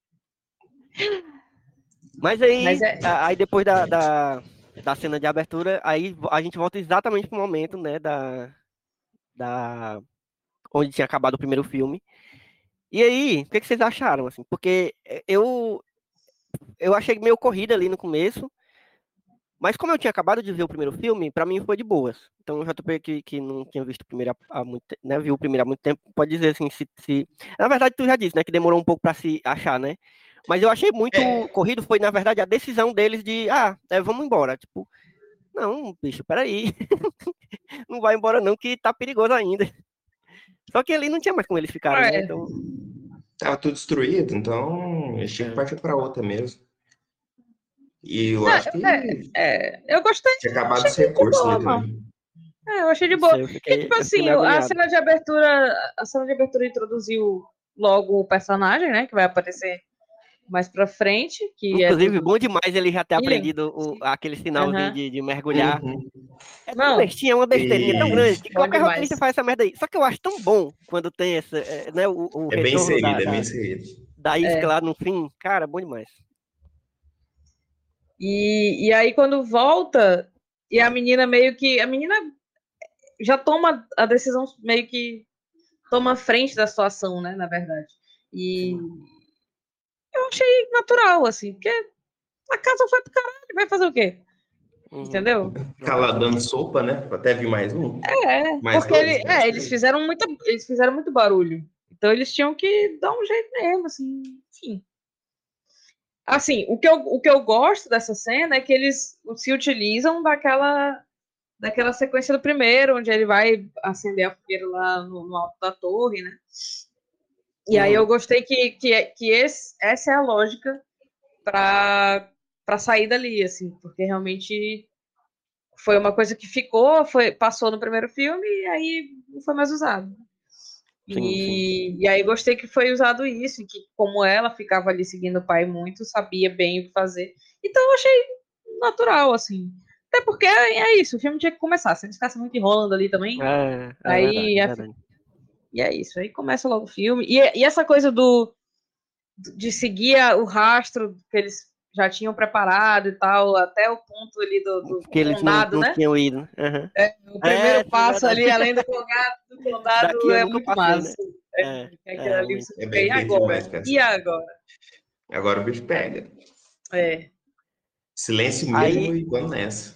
Speaker 2: Mas aí,
Speaker 3: Mas
Speaker 2: aí depois da cena de abertura, aí a gente volta exatamente pro momento, né, onde tinha acabado o primeiro filme. E aí, o que vocês acharam, assim? Porque eu achei meio corrida ali no começo, mas como eu tinha acabado de ver o primeiro filme, pra mim foi de boas. Então o JP que não tinha visto o primeiro há muito tempo, né, viu o primeiro há muito tempo, pode dizer assim, se... Na verdade, tu já disse, né, que demorou um pouco pra se achar, né? Mas eu achei muito corrido, foi, na verdade, a decisão deles de, vamos embora. Tipo, não, bicho, peraí. Não vai embora não, que tá perigoso ainda. Só que ali não tinha mais como eles ficarem, né? Então...
Speaker 4: Tava tudo destruído, então eles tinham que partir pra outra mesmo. E eu acho que
Speaker 3: eu gostei.
Speaker 4: tinha acabado
Speaker 3: Achei
Speaker 4: os
Speaker 3: muito
Speaker 4: recursos
Speaker 3: boa,
Speaker 4: ali
Speaker 3: mano.
Speaker 4: também.
Speaker 3: eu achei de
Speaker 2: Não
Speaker 3: boa.
Speaker 2: sei,
Speaker 3: E, tipo
Speaker 2: eu fiquei
Speaker 3: assim,
Speaker 2: meio
Speaker 3: a
Speaker 2: agoniado.
Speaker 3: cena de abertura introduziu logo o personagem, né? Que vai aparecer mais pra frente, que é
Speaker 2: Inclusive,
Speaker 3: do
Speaker 2: bom demais ele já ter
Speaker 3: William.
Speaker 2: aprendido aquele sinalzinho
Speaker 3: Aham.
Speaker 2: de mergulhar.
Speaker 4: Uhum.
Speaker 2: É tão
Speaker 3: Não,
Speaker 2: bestinha, é uma besteirinha tão grande
Speaker 4: Isso.
Speaker 2: que
Speaker 3: bom
Speaker 2: qualquer roteirista
Speaker 3: demais.
Speaker 2: faz essa merda aí. Só que eu acho tão bom quando tem essa, né, o
Speaker 4: É bem
Speaker 2: retorno
Speaker 4: inserido, é bem inserido.
Speaker 2: da isca
Speaker 3: É.
Speaker 2: lá no fim. Cara, bom demais.
Speaker 3: E aí, quando volta, e a menina meio que. A menina já toma a decisão, meio que toma a frente da situação, né? Na verdade. E eu achei natural, assim, porque a casa foi pro caralho, vai fazer o quê?
Speaker 2: Uhum.
Speaker 3: Entendeu?
Speaker 4: Ficar lá dando sopa, né? Até vi mais um. Mais
Speaker 3: Porque
Speaker 4: dois, mais
Speaker 3: eles
Speaker 4: três.
Speaker 3: fizeram muito barulho. Então eles tinham que dar um jeito mesmo, assim, enfim. Assim, o que eu gosto dessa cena é que eles se utilizam daquela sequência do primeiro, onde ele vai acender a fogueira lá no alto da torre, né? E aí eu
Speaker 2: Uhum.
Speaker 3: gostei que essa é a lógica para sair dali, assim, porque realmente foi uma coisa que passou no primeiro filme e aí não foi mais usado.
Speaker 2: Sim, sim.
Speaker 3: E aí gostei que foi usado isso, e que como ela ficava ali seguindo o pai muito, sabia bem o que fazer. Então eu achei natural, assim. Até porque é isso, o filme tinha que começar. Se eles ficassem muito enrolando ali também,
Speaker 2: É verdade,
Speaker 3: aí
Speaker 2: é verdade.
Speaker 3: e é isso. Aí começa logo o filme. E essa coisa de seguir o rastro que eles já tinham preparado e tal, até o ponto ali do
Speaker 2: Que eles
Speaker 3: condado,
Speaker 2: não
Speaker 3: né?
Speaker 2: tinham ido, né? Uhum.
Speaker 3: O primeiro
Speaker 2: Sim,
Speaker 3: passo
Speaker 2: verdade.
Speaker 3: ali, além do condado,
Speaker 2: Daqui eu
Speaker 3: é
Speaker 2: nunca
Speaker 3: muito
Speaker 2: passei, né?
Speaker 3: massa. Aquilo ali
Speaker 2: Realmente.
Speaker 3: você
Speaker 4: É
Speaker 3: fica, e
Speaker 4: bem feito demais,
Speaker 3: agora?
Speaker 4: cara.
Speaker 3: E agora?
Speaker 4: Agora o bicho pega.
Speaker 3: É,
Speaker 4: Silêncio mesmo
Speaker 2: Aí,
Speaker 4: e vamos nessa.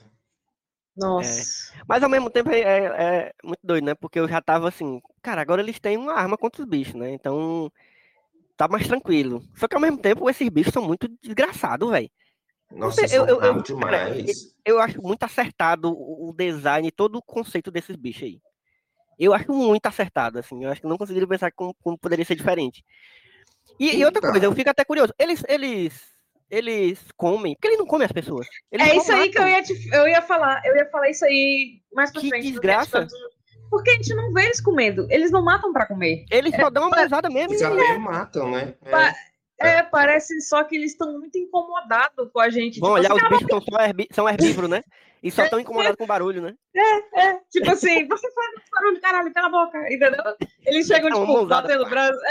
Speaker 2: é.
Speaker 3: nossa.
Speaker 2: Mas ao mesmo tempo é muito doido, né? Porque eu já tava assim, cara, agora eles têm uma arma contra os bichos, né? Então tá mais tranquilo. Só que ao mesmo tempo esses bichos são muito desgraçados, velho.
Speaker 4: Nossa, são rápidos
Speaker 2: Cara,
Speaker 4: demais.
Speaker 2: eu acho muito acertado o design, todo o conceito desses bichos aí. Eu acho muito acertado, assim. Eu acho que não conseguiria pensar como poderia ser diferente. E outra coisa, eu
Speaker 4: Então,
Speaker 2: fico até curioso. Eles comem, porque eles não comem as pessoas. Eles
Speaker 3: É
Speaker 2: só
Speaker 3: isso aí que
Speaker 2: matam.
Speaker 3: eu ia falar. Eu ia falar isso aí mais pra
Speaker 2: Que
Speaker 3: frente,
Speaker 2: desgraça.
Speaker 3: porque a gente não vê eles comendo. Eles não matam pra comer.
Speaker 2: Eles só dão uma
Speaker 3: Pa-
Speaker 2: mãozada mesmo
Speaker 4: eles
Speaker 2: e
Speaker 4: até matam, né?
Speaker 3: pa- Parece só que eles estão muito incomodados com a gente.
Speaker 2: vão
Speaker 3: Tipo assim,
Speaker 2: olhar, os
Speaker 3: cala a
Speaker 2: bichos
Speaker 3: boca.
Speaker 2: são herbívoros, né? E só estão incomodados com o barulho, né?
Speaker 3: Tipo assim, você faz muito barulho, caralho, cala a boca. Entendeu? Eles chegam,
Speaker 2: Dá uma
Speaker 3: tipo,
Speaker 2: mãozada.
Speaker 3: batendo o
Speaker 2: Pá.
Speaker 3: braço,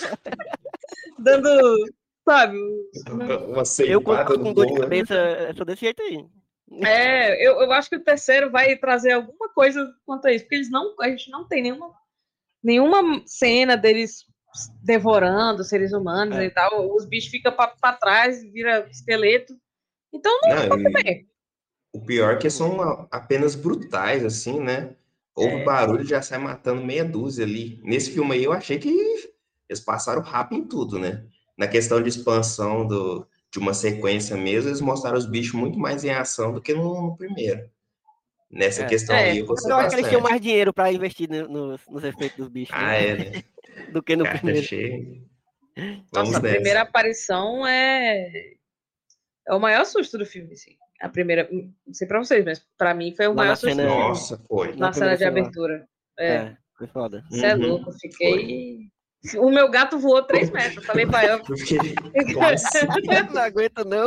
Speaker 3: dando, sabe?
Speaker 4: Uma
Speaker 2: Eu, quando
Speaker 4: ceifada
Speaker 2: tô
Speaker 4: no
Speaker 2: com dor de
Speaker 4: povo, né?
Speaker 2: cabeça, sou desse jeito aí.
Speaker 3: Eu acho que o terceiro vai trazer alguma coisa quanto a isso, porque a gente não tem nenhuma cena deles devorando seres humanos e
Speaker 2: É,
Speaker 3: tal. Os bichos ficam pra trás, vira esqueleto. Então não
Speaker 4: Não,
Speaker 3: é pra comer.
Speaker 4: o pior é que são apenas brutais, assim, né? Houve
Speaker 3: É,
Speaker 4: barulho, já sai matando meia dúzia ali. Nesse filme aí, eu achei que eles passaram rápido em tudo, né? Na questão de expansão de uma sequência mesmo, eles mostraram os bichos muito mais em ação do que no primeiro. Nessa questão aí, eu
Speaker 2: Mas
Speaker 4: gostei
Speaker 2: eu acho que eles tinham
Speaker 4: bastante.
Speaker 2: mais dinheiro pra investir nos efeitos dos bichos, né?
Speaker 4: Ah, é, né?
Speaker 2: Do que no
Speaker 4: Caixa
Speaker 2: primeiro.
Speaker 4: cheia.
Speaker 3: nossa,
Speaker 4: Vamos
Speaker 3: a primeira
Speaker 4: nessa.
Speaker 3: aparição é o maior susto do filme, assim. A primeira, não sei pra vocês, mas pra mim foi o
Speaker 2: Lá
Speaker 3: maior
Speaker 2: na
Speaker 3: susto do
Speaker 2: cena,
Speaker 3: filme.
Speaker 4: Nossa, foi.
Speaker 2: na
Speaker 3: Na cena
Speaker 2: primeira
Speaker 3: de
Speaker 2: cena lá.
Speaker 3: abertura.
Speaker 2: Foi foda.
Speaker 3: Você é louco, eu
Speaker 4: Uhum, foi.
Speaker 3: fiquei. O meu gato voou 3 metros. Falei pra ela.
Speaker 4: Eu fiquei, como assim?
Speaker 2: Não aguento, não.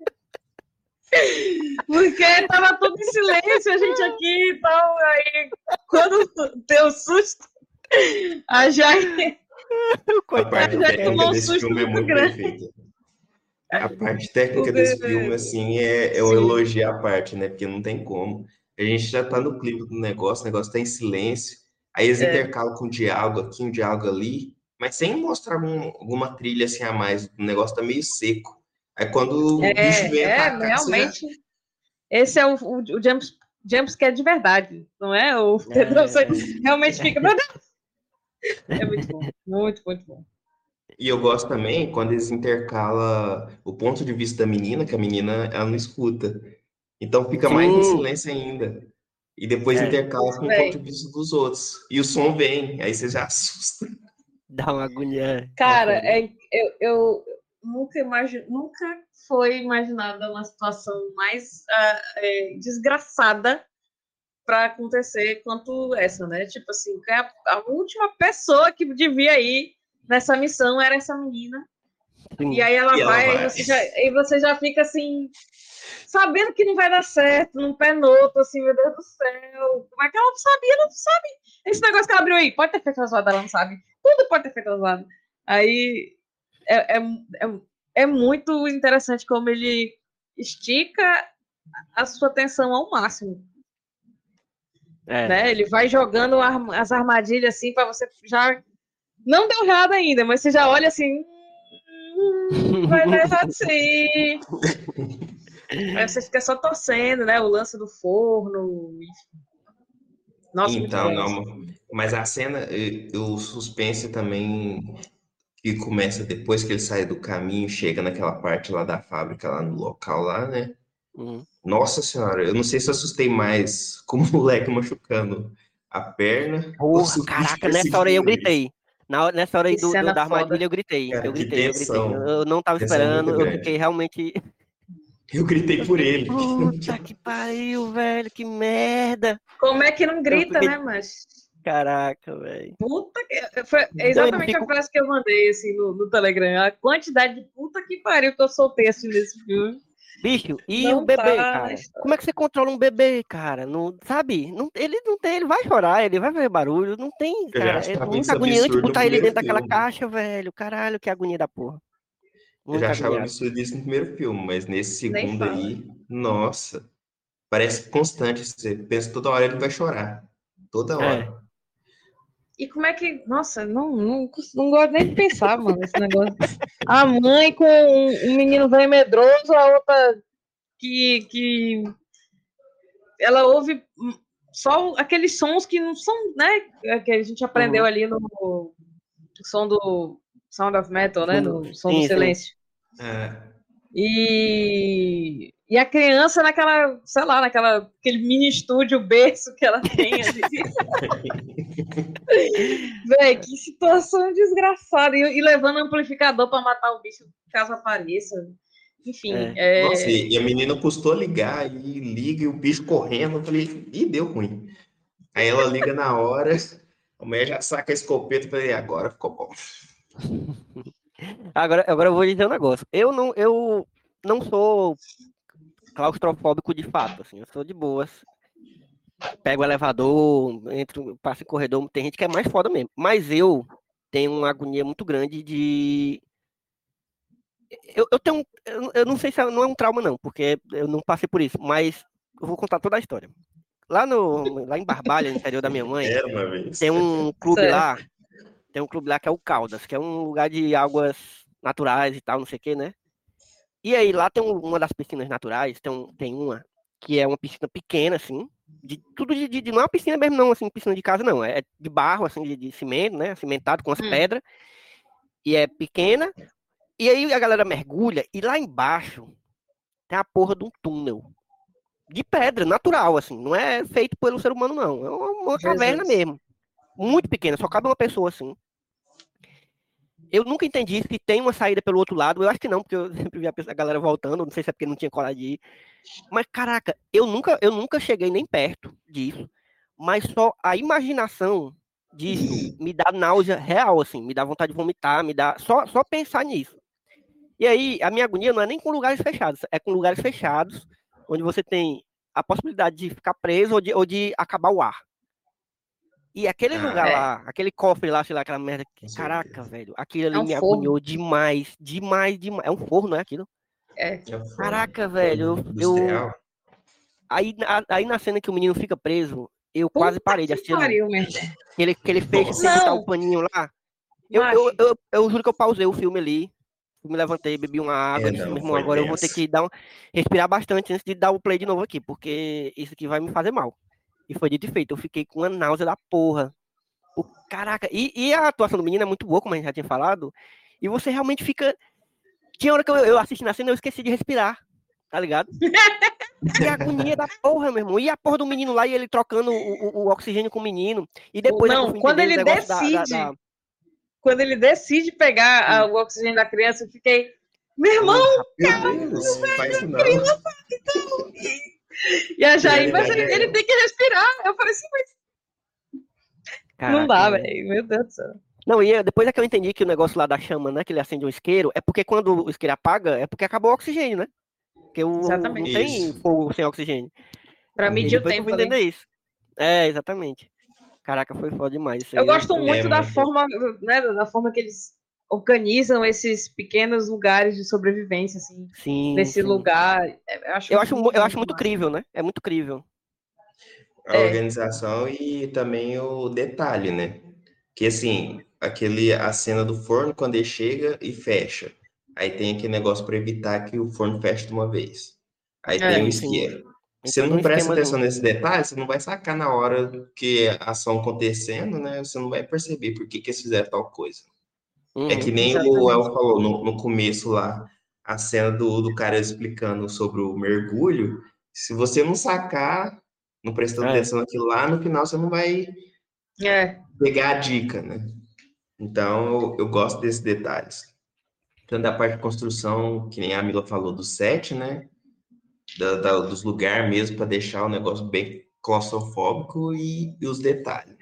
Speaker 3: Porque tava tudo em silêncio, a gente aqui e tal. Aí, quando deu susto, a Jair
Speaker 4: A
Speaker 2: Coitado
Speaker 4: parte
Speaker 2: do
Speaker 3: tomou
Speaker 4: técnica
Speaker 3: um
Speaker 2: Kevin.
Speaker 4: desse
Speaker 3: susto
Speaker 4: filme é
Speaker 3: muito
Speaker 4: muito bem
Speaker 3: grande.
Speaker 4: feita. A parte técnica desse filme,
Speaker 3: Porque,
Speaker 4: assim, é eu
Speaker 3: sim,
Speaker 4: elogio a parte, né? Porque não tem como. A gente já tá no clima do negócio, o negócio tá em silêncio. Aí eles
Speaker 3: é,
Speaker 4: intercalam com um diálogo aqui, um diálogo ali, mas sem mostrar alguma trilha assim a mais. O negócio tá meio seco. Aí quando o bicho vem atacar, você já.
Speaker 3: realmente. Esse é o jumpscare de verdade, não é? O Pedro, você
Speaker 2: É,
Speaker 3: realmente fica. Meu Deus! É muito bom, muito, muito bom.
Speaker 4: E eu gosto também quando eles intercalam o ponto de vista da menina, que a menina ela não escuta. Então fica mais em
Speaker 2: sim,
Speaker 4: silêncio ainda. E depois
Speaker 2: é,
Speaker 4: intercala com o ponto
Speaker 3: Véi,
Speaker 4: de vista dos outros. E o som vem, aí você já assusta.
Speaker 2: dá uma agonia, é
Speaker 3: cara,
Speaker 2: foda.
Speaker 3: eu nunca foi imaginada uma situação mais desgraçada pra acontecer quanto essa, né? Tipo assim, a última pessoa que devia ir nessa missão era essa menina.
Speaker 2: Sim.
Speaker 3: E aí ela
Speaker 4: E ela
Speaker 3: vai,
Speaker 4: vai.
Speaker 3: e você já fica assim, sabendo que não vai dar certo, num pé no outro, assim, meu Deus do céu. Como é que ela não sabia? Ela não sabe. Esse negócio que ela abriu aí, pode ter feito zoada, ela não sabe. Tudo pode ter feito zoada. Aí é muito interessante como ele estica a sua atenção ao máximo. Né? Ele vai jogando as armadilhas assim para você já. Não deu errado ainda, mas você já olha assim. Vai dar errado sim. Aí você fica só torcendo, né? O lance do forno. Nossa, muito
Speaker 4: Então,
Speaker 3: bom.
Speaker 4: não, mas a cena, o suspense também que começa depois que ele sai do caminho, chega naquela parte lá da fábrica, lá no local lá, né?
Speaker 2: Uhum.
Speaker 4: Nossa senhora, eu não sei se eu assustei mais com o moleque machucando a perna ou se
Speaker 2: Porra,
Speaker 4: o bicho
Speaker 2: caraca, nessa hora aí eu
Speaker 4: perseguindo ele.
Speaker 2: gritei. Nessa hora aí
Speaker 3: Que cena
Speaker 2: da
Speaker 3: foda.
Speaker 2: armadilha eu gritei.
Speaker 4: Cara,
Speaker 2: Eu
Speaker 4: que
Speaker 2: gritei.
Speaker 4: tensão.
Speaker 2: Eu não tava
Speaker 4: Tensão
Speaker 2: esperando,
Speaker 4: muito
Speaker 2: eu
Speaker 4: grande.
Speaker 2: fiquei realmente.
Speaker 4: Eu gritei
Speaker 2: Eu
Speaker 4: por
Speaker 2: fiquei,
Speaker 4: ele.
Speaker 2: puta que pariu, velho, que merda.
Speaker 3: Como é que não
Speaker 2: Eu
Speaker 3: grita,
Speaker 2: fiquei,
Speaker 3: né, mas.
Speaker 2: Caraca, velho.
Speaker 3: Puta que. Foi
Speaker 2: Não, ele
Speaker 3: exatamente a
Speaker 2: fica.
Speaker 3: frase que eu mandei assim, no Telegram. A quantidade de puta que pariu que eu soltei assim nesse filme.
Speaker 2: Bicho, e o
Speaker 3: Não
Speaker 2: bebê,
Speaker 3: tá na
Speaker 2: cara?
Speaker 3: história.
Speaker 2: Como é que você controla um bebê, cara? Não, sabe? Não, ele não tem, ele vai chorar, ele vai fazer barulho. Não tem,
Speaker 4: Eu já
Speaker 2: cara. É
Speaker 4: achava
Speaker 2: muito
Speaker 4: isso
Speaker 2: agoniante
Speaker 4: absurdo no
Speaker 2: botar ele
Speaker 4: primeiro
Speaker 2: dentro daquela
Speaker 4: filme.
Speaker 2: caixa, velho. Caralho, que agonia da porra.
Speaker 4: Eu já
Speaker 2: Muito
Speaker 4: achava
Speaker 2: agoniado.
Speaker 4: absurdo isso no primeiro filme, mas nesse
Speaker 3: Nem
Speaker 4: segundo
Speaker 3: fala.
Speaker 4: aí, nossa, parece constante. Você pensa toda hora ele vai chorar. Toda
Speaker 2: É.
Speaker 4: hora.
Speaker 3: E como é que. Nossa, não gosto nem de pensar, mano, esse negócio. A mãe com um menino velho medroso, a outra que ela ouve só aqueles sons que não são, né? Que a gente aprendeu
Speaker 2: Uhum.
Speaker 3: ali no som do Sound of Metal, né? No som do
Speaker 2: Sim, sim.
Speaker 3: silêncio.
Speaker 4: É,
Speaker 3: E a criança naquela, sei lá, aquele mini estúdio berço que ela tem ali. Véi, que situação desgraçada. E levando amplificador pra matar o bicho caso apareça. Enfim,
Speaker 4: Nossa, e a menina custou ligar e liga e o bicho correndo. Eu falei, ih, deu ruim. Aí ela liga na hora, a mulher já saca a escopeta. Eu falei, agora ficou bom.
Speaker 2: Agora eu vou dizer um negócio. Eu não sou claustrofóbico de fato, assim. Eu sou de boas. Pego o elevador, entro, passo em corredor. Tem gente que é mais foda mesmo. Mas eu tenho uma agonia muito grande de. Eu tenho. Eu não sei se não é um trauma, não, porque eu não passei por isso. Mas eu vou contar toda a história. Lá em Barbalha, no interior da minha mãe,
Speaker 4: Era uma vez.
Speaker 2: tem um clube
Speaker 3: certo.
Speaker 2: lá. Tem um clube lá que é o Caldas, que é um lugar de águas naturais e tal, não sei o que, né? E aí lá tem uma das piscinas naturais, tem uma que é uma piscina pequena, assim, de tudo não é uma piscina mesmo, não, assim, piscina de casa, não. É de barro, assim, de cimento, né? Cimentado com as pedras. E é pequena. E aí a galera mergulha e lá embaixo tem a porra de um túnel. De pedra, natural, assim. Não é feito pelo ser humano, não. É uma caverna
Speaker 3: Jesus.
Speaker 2: mesmo. Muito pequena, só cabe uma pessoa, assim. Eu nunca entendi se tem uma saída pelo outro lado. Eu acho que não, porque eu sempre vi a galera voltando. Não sei se é porque não tinha coragem de ir. Mas, caraca, eu nunca cheguei nem perto disso. Mas só a imaginação disso me dá náusea real, assim. Me dá vontade de vomitar, me dá... Só pensar nisso. E aí, a minha agonia não é nem com lugares fechados. É com lugares fechados, onde você tem a possibilidade de ficar preso ou de acabar o ar. E aquele lugar lá, aquele cofre lá, sei lá, aquela merda. Caraca, velho. Aquilo ali
Speaker 3: um
Speaker 2: me
Speaker 3: forno.
Speaker 2: agoniou demais. Demais. É um forno, não é aquilo?
Speaker 3: É.
Speaker 2: Caraca, velho.
Speaker 4: Industrial.
Speaker 2: Aí na cena que o menino fica preso, eu
Speaker 3: Puta
Speaker 2: quase parei de
Speaker 3: que
Speaker 2: assistir ali.
Speaker 3: pariu, mesmo.
Speaker 2: Que ele fecha sem botar o paninho lá. Eu juro que eu pausei o filme ali. Me levantei, bebi uma água. Disse, meu irmão,
Speaker 4: foi
Speaker 2: agora eu vou ter que respirar bastante antes de dar o play de novo aqui, porque isso aqui vai me fazer mal. E foi dito e feito. Eu fiquei com uma náusea da porra. Caraca, e a atuação do menino é muito boa, como a gente já tinha falado. E você realmente fica. Tinha hora que eu assisti na cena, eu esqueci de respirar, tá ligado? Que agonia da porra, meu irmão. E a porra do menino lá, e ele trocando o oxigênio com o menino. E depois
Speaker 3: Não,
Speaker 2: é que eu fui
Speaker 3: quando
Speaker 2: entender
Speaker 3: ele
Speaker 2: o negócio
Speaker 3: decide. Quando ele decide pegar o oxigênio da criança, eu fiquei. Meu irmão!
Speaker 4: Meu Deus, não faz isso não.
Speaker 3: E a Jair,
Speaker 4: Ele
Speaker 3: mas
Speaker 4: vai
Speaker 3: ele
Speaker 4: ganhar.
Speaker 3: tem que respirar. Eu falei assim, mas não
Speaker 2: Caraca,
Speaker 3: dá,
Speaker 2: velho.
Speaker 3: velho. Meu Deus do céu.
Speaker 2: Não, depois é que eu entendi que o negócio lá da chama, né? Que ele acende um isqueiro, é porque quando o isqueiro apaga, é porque acabou o oxigênio, né? Porque não
Speaker 3: Exatamente.
Speaker 2: tem
Speaker 4: Isso.
Speaker 2: fogo sem oxigênio.
Speaker 3: Pra
Speaker 2: E
Speaker 3: medir o
Speaker 2: depois que eu
Speaker 3: tempo
Speaker 2: fui entender
Speaker 3: ali.
Speaker 2: isso. É, exatamente. Caraca, foi foda demais isso
Speaker 3: Eu
Speaker 2: aí.
Speaker 3: gosto
Speaker 4: É
Speaker 3: muito da
Speaker 4: muito.
Speaker 3: forma, né, da forma que eles organizam esses pequenos lugares de sobrevivência, assim,
Speaker 2: Sim,
Speaker 3: nesse
Speaker 2: sim.
Speaker 3: lugar. Eu acho muito,
Speaker 2: Eu acho
Speaker 3: muito
Speaker 2: muito
Speaker 3: massa.
Speaker 2: crível, né? É muito crível.
Speaker 4: A
Speaker 3: É,
Speaker 4: organização e também o detalhe, né? Que assim, a cena do forno quando ele chega e fecha. Aí tem aquele negócio para evitar que o forno feche de uma vez. Aí tem o
Speaker 3: é.
Speaker 2: Sim, sim.
Speaker 4: isqueiro.
Speaker 2: Tem
Speaker 4: Você
Speaker 2: todo um
Speaker 4: não presta atenção
Speaker 2: esquemazinho.
Speaker 4: nesse detalhe, você não vai sacar na hora que a ação acontecendo, né? Você não vai perceber por que eles fizeram tal coisa. É que
Speaker 2: Uhum.
Speaker 4: nem o El
Speaker 3: Exatamente.
Speaker 4: falou no começo lá, a cena do cara explicando sobre o mergulho. Se você não sacar, não prestando
Speaker 2: É.
Speaker 4: atenção naquilo lá, no final você não vai
Speaker 3: É.
Speaker 4: pegar a dica, né? Então eu gosto desses detalhes. Tanto da parte de construção, que nem a Mila falou, do set, né? Dos lugares mesmo, para deixar o negócio bem claustrofóbico e os detalhes.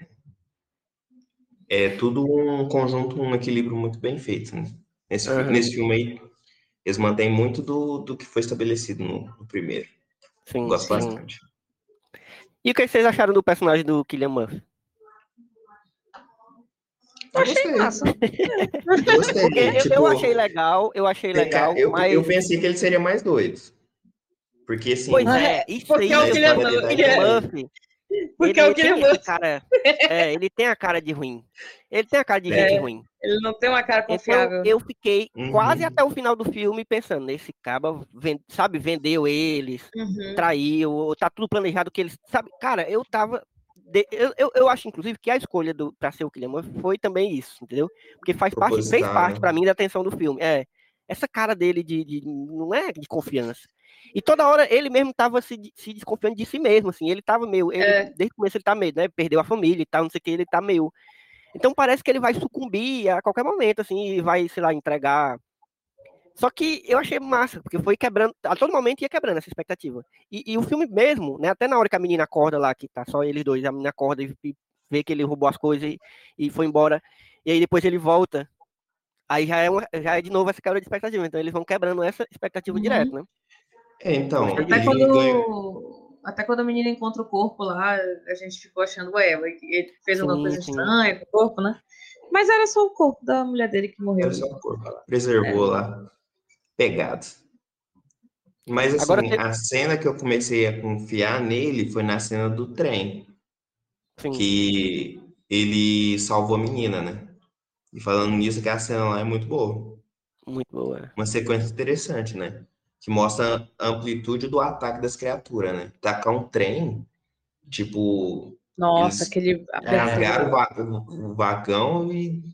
Speaker 4: É tudo um conjunto, um equilíbrio muito bem feito, né?
Speaker 2: Aham.
Speaker 4: Nesse filme aí, eles mantêm muito do que foi estabelecido no primeiro.
Speaker 2: Sim,
Speaker 4: Gosto
Speaker 3: Sim.
Speaker 2: sim.
Speaker 4: bastante.
Speaker 2: E o que vocês acharam do personagem do Cillian Murphy?
Speaker 3: Eu
Speaker 4: Eu
Speaker 3: achei
Speaker 4: gostei.
Speaker 3: massa.
Speaker 4: Eu
Speaker 2: Porque
Speaker 4: gostei.
Speaker 2: eu
Speaker 4: Tipo,
Speaker 2: achei legal,
Speaker 4: eu
Speaker 2: mas.
Speaker 4: pensei que ele seria mais doido. Porque,
Speaker 2: Pois
Speaker 4: assim,
Speaker 2: é, isso
Speaker 3: Porque
Speaker 2: aí,
Speaker 3: é o
Speaker 4: a
Speaker 3: que ele
Speaker 4: história
Speaker 3: ama.
Speaker 4: dele da
Speaker 2: Cillian
Speaker 4: vida.
Speaker 2: Murphy,
Speaker 3: Porque é o
Speaker 2: ele
Speaker 3: que ele
Speaker 2: tem
Speaker 3: ama.
Speaker 2: essa cara. Ele tem a cara de ruim. Ele tem a cara de gente
Speaker 3: É,
Speaker 2: ruim.
Speaker 3: ele não tem uma cara
Speaker 2: Então
Speaker 3: confiável.
Speaker 2: eu fiquei quase
Speaker 4: Uhum.
Speaker 2: até o final do filme pensando, nesse cara, sabe, vendeu eles,
Speaker 3: Uhum.
Speaker 2: traiu, tá tudo planejado que eles, sabe, cara, eu tava, eu acho inclusive que a escolha para ser o Cillian Murphy foi também isso, entendeu? Porque fez
Speaker 4: Proposital,
Speaker 2: parte
Speaker 4: né?
Speaker 2: para mim da atenção do filme, essa cara dele não é de confiança. E toda hora ele mesmo tava se desconfiando de si mesmo, assim, ele tava meio,
Speaker 3: É,
Speaker 2: desde o começo ele tá meio, né, perdeu a família e tal, não sei o que, ele tá meio. Então parece que ele vai sucumbir a qualquer momento, assim, e vai, sei lá, entregar. Só que eu achei massa, porque foi quebrando, a todo momento ia quebrando essa expectativa. E o filme mesmo, né, até na hora que a menina acorda lá, que tá só eles dois, a menina acorda e vê que ele roubou as coisas e foi embora, e aí depois ele volta, aí já é de novo essa quebra de expectativa, então eles vão quebrando essa expectativa direto,
Speaker 3: uhum.
Speaker 2: né?
Speaker 4: Então,
Speaker 2: Gostei
Speaker 3: Até
Speaker 2: disso.
Speaker 4: ele ganha.
Speaker 3: quando a menina encontra o corpo lá, a gente ficou achando, ué, ele fez alguma
Speaker 2: Sim,
Speaker 3: coisa
Speaker 2: sim.
Speaker 3: estranha com o corpo, né? Mas era só o corpo da mulher dele que
Speaker 4: Era
Speaker 3: morreu.
Speaker 4: só o corpo. Preservou
Speaker 3: É.
Speaker 4: lá, pegado. Mas
Speaker 2: Agora,
Speaker 4: assim, a cena que eu comecei a confiar nele foi na cena do trem,
Speaker 2: sim,
Speaker 4: que ele salvou a menina, né? E falando nisso, que a cena lá é muito boa.
Speaker 2: muito boa.
Speaker 4: Uma sequência interessante, né? Que mostra a amplitude do ataque das criaturas, né? Tacar um trem, tipo,
Speaker 3: Nossa,
Speaker 4: eles
Speaker 3: aquele
Speaker 4: rasgaram
Speaker 3: abertura.
Speaker 4: o vagão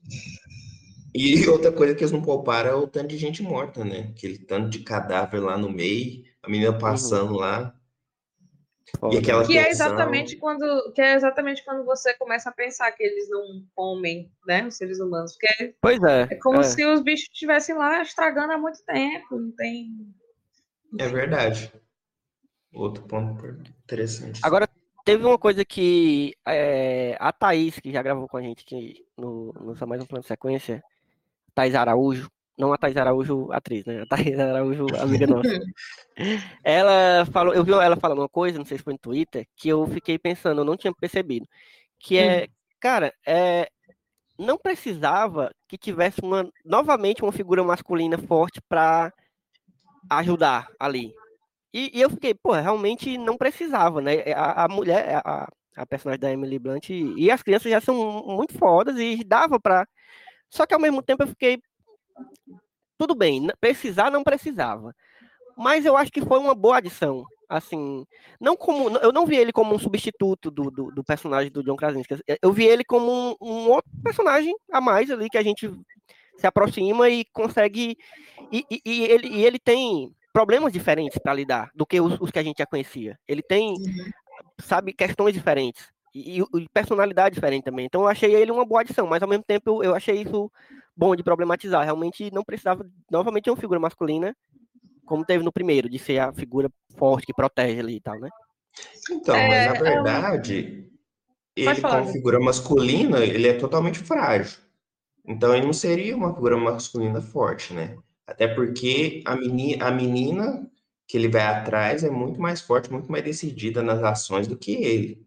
Speaker 4: e outra coisa que eles não pouparam é o tanto de gente morta, né? Aquele tanto de cadáver lá no meio, a menina
Speaker 2: Uhum,
Speaker 4: passando lá, e
Speaker 2: foda,
Speaker 4: aquela
Speaker 2: né?
Speaker 4: tensão.
Speaker 3: Que é exatamente quando você começa a pensar que eles não comem, né, os seres humanos. Porque
Speaker 2: Pois
Speaker 3: é como
Speaker 2: é.
Speaker 3: se os bichos estivessem lá estragando há muito tempo. Não tem.
Speaker 4: É
Speaker 3: Enfim.
Speaker 4: verdade. Outro ponto interessante.
Speaker 2: Agora, teve uma coisa que a Thaís, que já gravou com a gente aqui no Só Mais Um Plano de Sequência, Thaís Araújo, não a Thaís Araújo atriz, né? A Thaís Araújo, amiga nossa. Ela falou, eu vi ela falando uma coisa, não sei se foi no Twitter, que eu fiquei pensando, eu não tinha percebido, que cara, não precisava que tivesse novamente uma figura masculina forte para ajudar ali. E eu fiquei, pô, realmente não precisava, né? A mulher, a personagem da Emily Blunt e as crianças já são muito fodas e dava pra. Só que ao mesmo tempo eu fiquei, tudo bem, precisar não precisava. Mas eu acho que foi uma boa adição. Assim, não como. Eu não vi ele como um substituto do personagem do John Krasinski. Eu vi ele como um outro personagem a mais ali que a gente se aproxima e consegue. E ele tem problemas diferentes para lidar do que os que a gente já conhecia. Ele tem, sabe, questões diferentes e personalidade diferente também. Então eu achei ele uma boa adição, mas ao mesmo tempo eu achei isso bom de problematizar. Realmente não precisava novamente de uma figura masculina, como teve no primeiro, de ser a figura forte que protege ali e tal, né?
Speaker 4: Então, mas na verdade,
Speaker 3: Pode
Speaker 4: ele
Speaker 3: falar,
Speaker 4: como
Speaker 3: Ju.
Speaker 4: figura masculina, ele é totalmente frágil. Então ele não seria uma figura masculina forte, né? Até porque a menina que ele vai atrás é muito mais forte, muito mais decidida nas ações do que ele.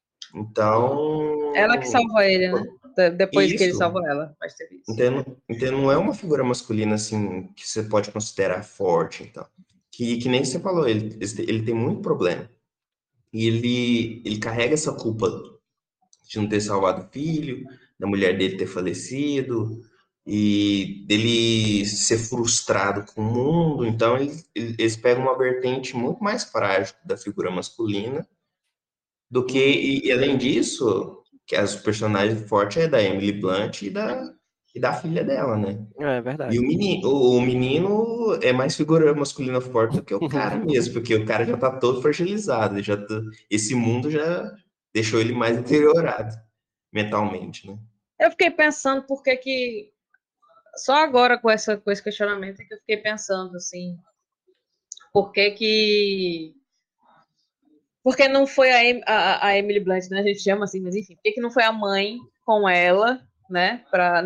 Speaker 3: Ela que
Speaker 4: Então,
Speaker 3: salva ele, né? Depois que ele
Speaker 4: isso,
Speaker 3: salva ela, faz ter isso.
Speaker 4: então não é uma figura masculina assim que você pode considerar forte, então. Que nem você falou, ele tem muito problema. E ele carrega essa culpa de não ter salvado o filho, da mulher dele ter falecido, e dele ser frustrado com o mundo. Então, eles pegam uma vertente muito mais frágil da figura masculina do que,
Speaker 2: Uhum.
Speaker 4: e além disso, que as personagens fortes é da Emily Blunt e da filha dela, né?
Speaker 2: É
Speaker 4: E
Speaker 2: verdade.
Speaker 4: o menino é mais figura masculina forte do que o cara mesmo, porque o cara já tá todo fragilizado, esse mundo já deixou ele mais deteriorado mentalmente, né?
Speaker 3: Eu fiquei pensando por que que. Só agora com esse questionamento é que eu fiquei pensando assim. Por que que. Porque não foi a Emily Blunt, né? A gente chama assim, mas enfim. Por que que não foi a mãe com ela, né?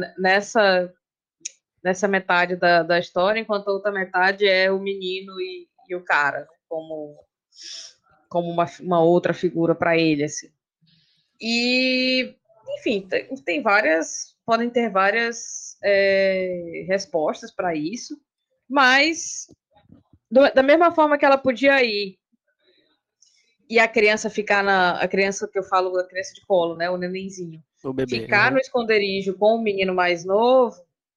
Speaker 3: Nessa metade da história, enquanto a outra metade é o menino e o cara, como uma outra figura para ele, assim. E, enfim, tem várias, podem ter várias respostas para isso, mas da mesma forma que ela podia ir e a criança ficar a criança que eu falo, a criança de colo, né, o nenenzinho,
Speaker 2: O bebê.
Speaker 3: ficar no esconderijo com o menino mais novo,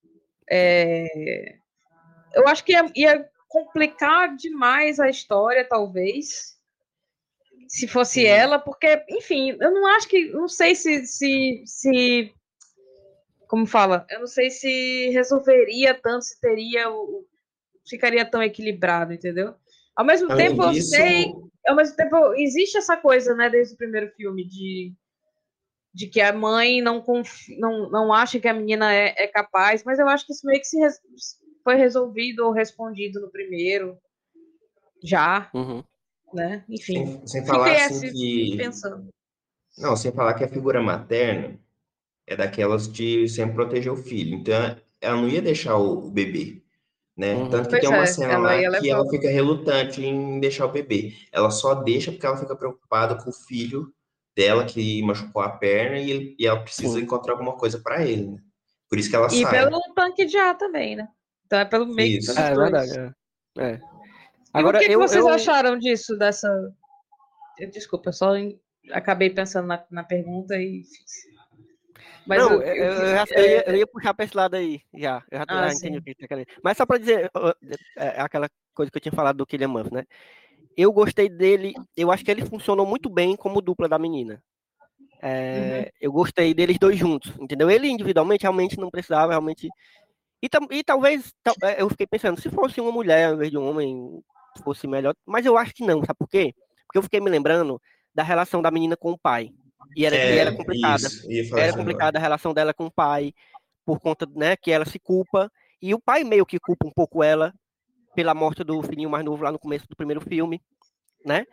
Speaker 3: eu acho que ia complicar demais a história, talvez, se fosse ela, porque, enfim, eu não acho que, não sei se como fala, eu não sei se resolveria tanto, se teria, ficaria tão equilibrado, entendeu? Ao mesmo
Speaker 4: Além
Speaker 3: tempo, eu sei,
Speaker 4: disso,
Speaker 3: ao mesmo tempo, existe essa coisa, né, desde o primeiro filme, de que a mãe não acha que a menina é capaz, mas eu acho que isso meio que foi resolvido ou respondido no primeiro, já,
Speaker 2: Uhum.
Speaker 3: né? Enfim,
Speaker 4: sem falar
Speaker 3: fiquei
Speaker 4: assim
Speaker 3: assim
Speaker 4: que.
Speaker 3: pensando.
Speaker 4: Não, sem falar que a figura materna é daquelas de sempre proteger o filho. Então, ela não ia deixar o bebê, né?
Speaker 2: Uhum.
Speaker 4: Tanto que tem
Speaker 3: Pois
Speaker 4: uma
Speaker 3: é,
Speaker 4: cena
Speaker 3: ela
Speaker 4: lá
Speaker 3: ia
Speaker 4: que
Speaker 3: levar.
Speaker 4: ela fica relutante em deixar o bebê. Ela só deixa porque ela fica preocupada com o filho dela que machucou a perna e ela precisa
Speaker 2: Sim.
Speaker 4: encontrar alguma coisa para ele, né? Por isso que ela
Speaker 3: E
Speaker 4: sai.
Speaker 3: pelo tanque de ar também, né? Então é pelo meio que pelos
Speaker 4: Isso.
Speaker 2: É verdade.
Speaker 3: dois.
Speaker 2: É.
Speaker 3: E o
Speaker 2: Agora,
Speaker 3: que que vocês
Speaker 2: eu
Speaker 3: acharam disso, dessa. Desculpa, eu só acabei pensando na pergunta e fiz. Mas
Speaker 2: Não,
Speaker 3: eu
Speaker 2: eu ia puxar para esse lado aí, já. Eu
Speaker 3: Ah,
Speaker 2: já entendi o
Speaker 3: sim.
Speaker 2: que você tá querendo. Mas só para dizer, aquela coisa que eu tinha falado do Cillian Murphy, né? Eu gostei dele, eu acho que ele funcionou muito bem como dupla da menina.
Speaker 3: Uhum.
Speaker 2: Eu gostei deles dois juntos, entendeu? Ele individualmente realmente não precisava, realmente. E talvez, eu fiquei pensando, se fosse uma mulher ao invés de um homem, fosse melhor. Mas eu acho que não, sabe por quê? Porque eu fiquei me lembrando da relação da menina com o pai. E era
Speaker 4: É,
Speaker 2: complicada.
Speaker 4: isso. Ia falar
Speaker 2: Era
Speaker 4: isso agora.
Speaker 2: complicada a relação dela com o pai, por conta, né, que ela se culpa. E o pai meio que culpa um pouco ela pela morte do filhinho mais novo lá no começo do primeiro filme, né?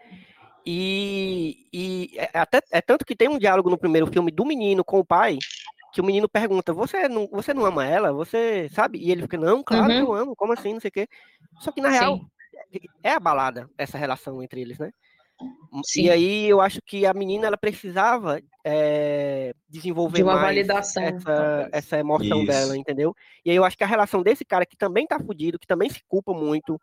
Speaker 2: É tanto que tem um diálogo no primeiro filme do menino com o pai, que o menino pergunta: você não ama ela? Você sabe? E ele fica: não, claro que eu
Speaker 3: Uhum.
Speaker 2: amo, como assim? Não sei o quê. Só que na real
Speaker 3: Sim,
Speaker 2: é abalada essa relação entre eles, né? E
Speaker 3: sim.
Speaker 2: aí eu acho que a menina ela precisava
Speaker 3: De
Speaker 2: desenvolver
Speaker 3: uma
Speaker 2: mais
Speaker 3: validação,
Speaker 2: essa,
Speaker 3: talvez.
Speaker 2: essa emoção dela,
Speaker 4: Isso.
Speaker 2: entendeu? E aí eu acho que a relação desse cara que também tá fudido, que também se culpa muito,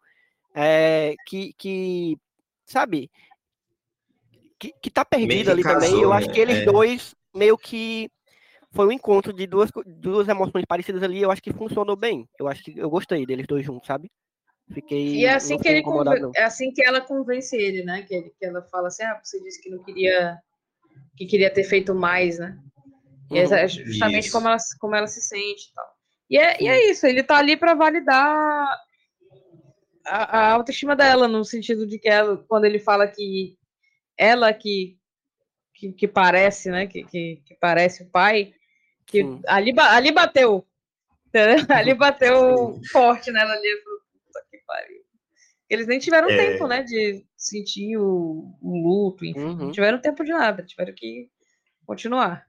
Speaker 2: que sabe? Que tá
Speaker 4: Meio
Speaker 2: perdido
Speaker 4: que
Speaker 2: ali também. Eu
Speaker 4: casou,
Speaker 2: acho que
Speaker 4: né?
Speaker 2: eles dois meio que foi um encontro de duas emoções parecidas ali. Eu acho que funcionou bem. Eu acho que eu gostei deles dois juntos, sabe?
Speaker 3: E é
Speaker 2: Não
Speaker 3: assim que
Speaker 2: fiquei incomodado, não.
Speaker 3: é assim que ela convence ele, né? Que ela fala assim: ah, você disse que não queria, que queria ter feito mais, né? E
Speaker 2: Uhum,
Speaker 3: é justamente
Speaker 4: Isso.
Speaker 3: como ela se sente e tal. E
Speaker 2: sim,
Speaker 3: é isso, ele tá ali para validar a autoestima dela, no sentido de que ela, quando ele fala que ela que parece, né? Que parece o pai, que
Speaker 2: sim.
Speaker 3: ali bateu, entendeu? Ali bateu
Speaker 4: Sim.
Speaker 3: forte nela ali. Puta que pariu. Eles nem tiveram
Speaker 4: É.
Speaker 3: tempo, né, de sentir o luto, enfim. Não
Speaker 2: Uhum.
Speaker 3: tiveram tempo de nada, tiveram que continuar.